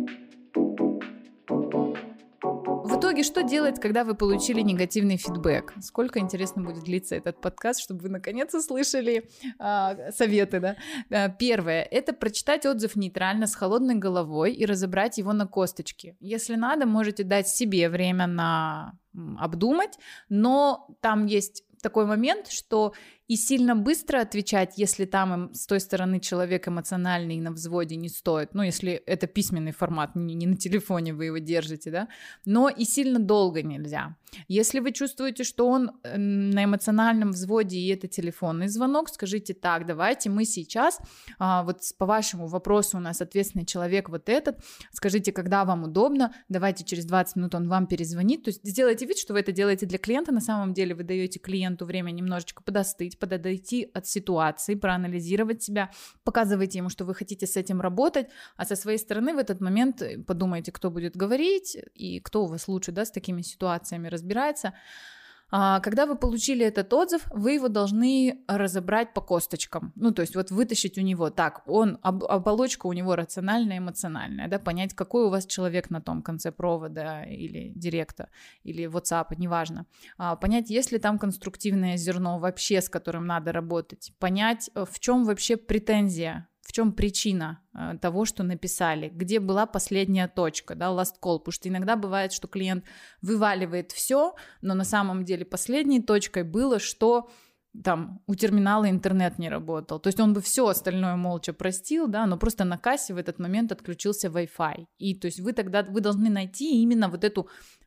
В итоге, что делать, когда вы получили негативный фидбэк? Сколько, интересно, будет длиться этот подкаст, чтобы вы наконец услышали советы, да? Первое, это прочитать отзыв нейтрально, с холодной головой и разобрать его на косточки. Если надо, можете дать себе время на обдумать, но там есть такой момент, что и сильно быстро отвечать, если там с той стороны человек эмоциональный и на взводе, не стоит, если это письменный формат, не на телефоне вы его держите, да, но и сильно долго нельзя. Если вы чувствуете, что он на эмоциональном взводе и это телефонный звонок, скажите так, давайте мы сейчас, вот по вашему вопросу у нас ответственный человек вот этот, скажите, когда вам удобно, давайте через 20 минут он вам перезвонит, то есть сделайте вид, что вы это делаете для клиента, на самом деле вы даете клиенту время немножечко подостыть, подойти от ситуации, проанализировать себя, показывайте ему, что вы хотите с этим работать, а со своей стороны в этот момент подумайте, кто будет говорить и кто у вас лучше, да, с такими ситуациями разбирается. Когда вы получили этот отзыв, вы его должны разобрать по косточкам. Ну, то есть вот вытащить у него так, оболочка у него рациональная, эмоциональная, да, понять, какой у вас человек на том конце провода или директа, или WhatsApp, неважно. Понять, есть ли там конструктивное зерно вообще, с которым надо работать. Понять, в чем вообще претензия, в чем причина того, что написали, где была последняя точка, да, last call, потому что иногда бывает, что клиент вываливает все, но на самом деле последней точкой было, что там у терминала интернет не работал, то есть он бы все остальное молча простил, да, но просто на кассе в этот момент отключился Wi-Fi, и то есть вы должны найти именно вот эту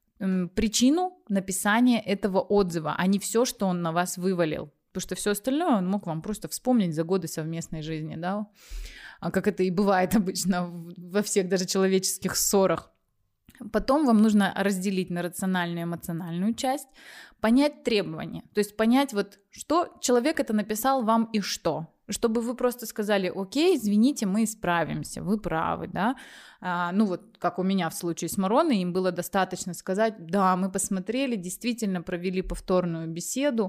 причину написания этого отзыва, а не все, что он на вас вывалил. Потому что все остальное он мог вам просто вспомнить за годы совместной жизни, да, как это и бывает обычно во всех даже человеческих ссорах. Потом вам нужно разделить на рациональную и эмоциональную часть, понять требования, то есть понять вот, что человек это написал вам и что, чтобы вы просто сказали: окей, извините, мы исправимся, вы правы, да, ну вот как у меня в случае с Мароной, им было достаточно сказать: да, мы посмотрели, действительно провели повторную беседу,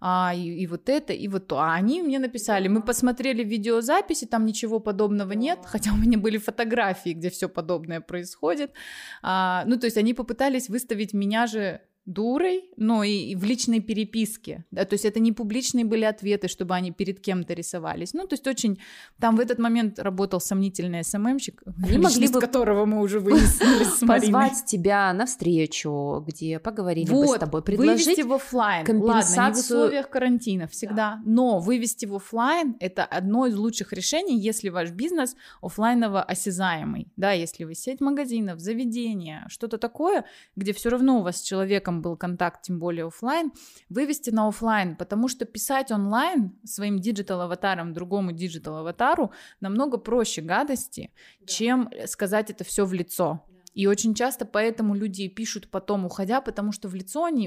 и вот это, и вот то, а они мне написали: мы посмотрели видеозаписи, там ничего подобного нет, хотя у меня были фотографии, где все подобное происходит, ну то есть они попытались выставить меня же дурой, но и в личной переписке, да, то есть это не публичные были ответы, чтобы они перед кем-то рисовались, ну, то есть очень, там в этот момент работал сомнительный СММщик, личность которого мы уже выяснили с Мариной. Позвать тебя на встречу, где поговорили бы с тобой, предложить вывести в офлайн, компенсацию... ладно, не в условиях карантина всегда, да. Но вывести в офлайн — это одно из лучших решений, если ваш бизнес офлайново осязаемый, да, если вы сеть магазинов, заведения, что-то такое, где все равно у вас с человеком был контакт, тем более офлайн, вывести на офлайн, потому что писать онлайн своим диджитал-аватаром другому диджитал-аватару намного проще гадости, чем сказать это все в лицо. И очень часто поэтому люди пишут потом, уходя, потому что в лицо они...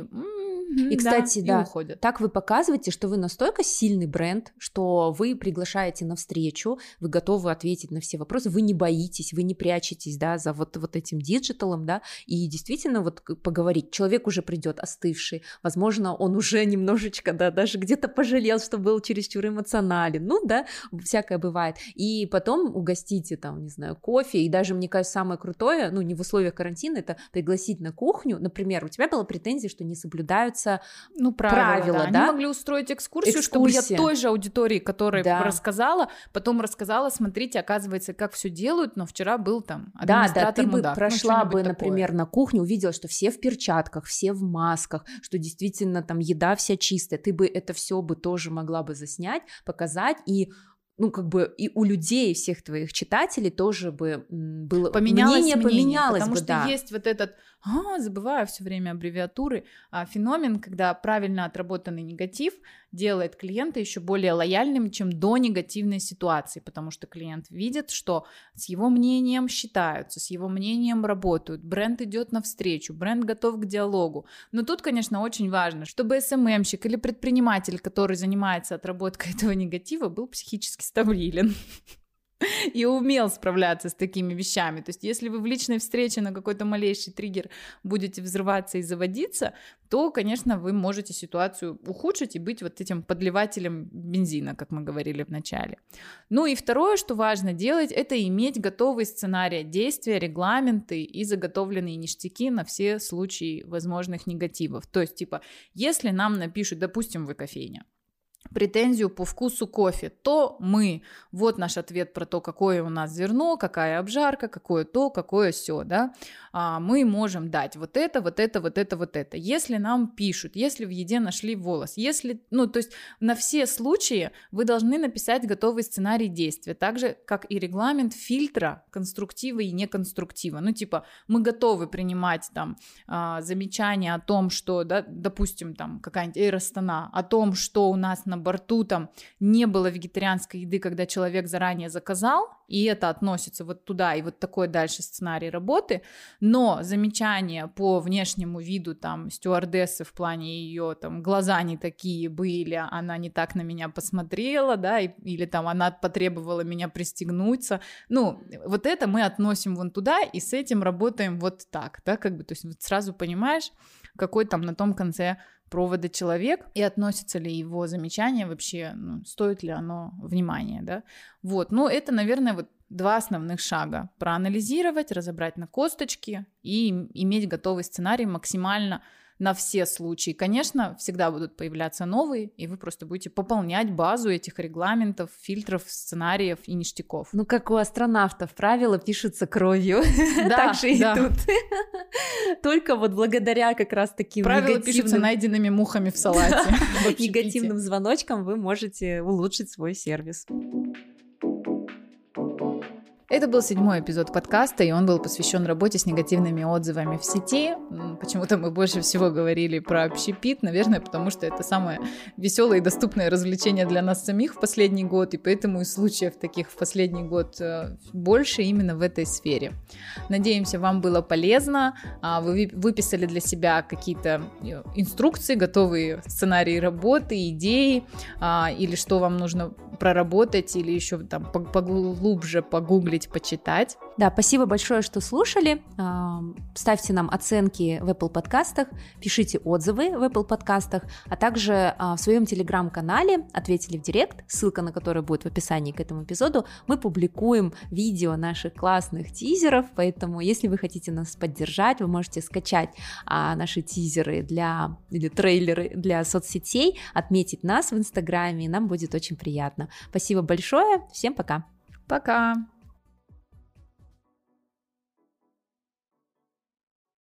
И, кстати, да, уходят. Так вы показываете, что вы настолько сильный бренд, что вы приглашаете на встречу, вы готовы ответить на все вопросы, вы не боитесь, вы не прячетесь, да, за вот этим диджиталом, да, и действительно вот поговорить. Человек уже придет остывший, возможно, он уже немножечко, да, даже где-то пожалел, что был чересчур эмоционален, ну, да, всякое бывает. И потом угостите там, не знаю, кофе, и даже, мне кажется, самое крутое, ну, не в условиях карантина, это пригласить на кухню, например, у тебя была претензия, что не соблюдаются правила, да? Они могли устроить экскурсию, чтобы я той же аудитории, которой рассказала, потом рассказала: смотрите, оказывается, как все делают, но вчера был там администратор мудак. Да, ты бы прошла бы, например, на кухню, увидела, что все в перчатках, все в масках, что действительно там еда вся чистая, ты бы это все бы тоже могла бы заснять, показать, и ну, как бы и у людей, всех твоих читателей тоже бы было мнение поменялось потому бы, что да. Есть вот этот, забываю все время аббревиатуры, феномен, когда правильно отработанный негатив делает клиента еще более лояльным, чем до негативной ситуации, потому что клиент видит, что с его мнением считаются, с его мнением работают, бренд идет навстречу, бренд готов к диалогу. Но тут, конечно, очень важно, чтобы СММщик или предприниматель, который занимается отработкой этого негатива, был психически стабилен и умел справляться с такими вещами. То есть если вы в личной встрече на какой-то малейший триггер будете взрываться и заводиться, то, конечно, вы можете ситуацию ухудшить и быть вот этим подливателем бензина, как мы говорили в начале. Ну и второе, что важно делать, это иметь готовый сценарий действия, регламенты и заготовленные ништяки на все случаи возможных негативов. То есть, типа, если нам напишут, допустим, вы кофейня, претензию по вкусу кофе, то вот наш ответ про то, какое у нас зерно, какая обжарка, какое то, какое сё, да, мы можем дать вот это, вот это, вот это, вот это. Если нам пишут, если в еде нашли волос, если, ну, то есть на все случаи вы должны написать готовый сценарий действия, так же, как и регламент фильтра конструктива и неконструктива. Ну, типа, мы готовы принимать там замечания о том, что, да, допустим, там какая-нибудь Эйр-Астана, о том, что у нас на борту там не было вегетарианской еды, когда человек заранее заказал, и это относится вот туда, и вот такой дальше сценарий работы, но замечания по внешнему виду там стюардессы в плане ее там глаза не такие были, она не так на меня посмотрела, да, или там она потребовала меня пристегнуться, ну, вот это мы относим вон туда, и с этим работаем вот так, да, как бы, то есть вот сразу понимаешь, какой там на том конце провода человек и относится ли его замечание вообще, стоит ли оно внимания, да. Вот, это, наверное, вот 2 основных шага: проанализировать, разобрать на косточки и иметь готовый сценарий максимально на все случаи. Конечно, всегда будут появляться новые, и вы просто будете пополнять базу этих регламентов, фильтров, сценариев и ништяков. Как у астронавтов, правила пишутся кровью, так же и тут. Только вот благодаря как раз таким правила пишутся найденными мухами в салате. Негативным звоночкам вы можете улучшить свой сервис. Это был 7-й эпизод подкаста, и он был посвящен работе с негативными отзывами в сети. Почему-то мы больше всего говорили про общепит, наверное, потому что это самое веселое и доступное развлечение для нас самих в последний год, и поэтому и случаев таких в последний год больше именно в этой сфере. Надеемся, вам было полезно, вы выписали для себя какие-то инструкции, готовые сценарии работы, идеи, или что вам нужно проработать, или еще там поглубже погуглить, почитать. Да, спасибо большое, что слушали. Ставьте нам оценки в Apple подкастах, пишите отзывы в Apple подкастах, а также в своем телеграм-канале «Ответили в директ», ссылка на который будет в описании к этому эпизоду, мы публикуем видео наших классных тизеров, поэтому если вы хотите нас поддержать, вы можете скачать наши тизеры или трейлеры для соцсетей, отметить нас в Инстаграме, и нам будет очень приятно. Спасибо большое, всем пока! Пока!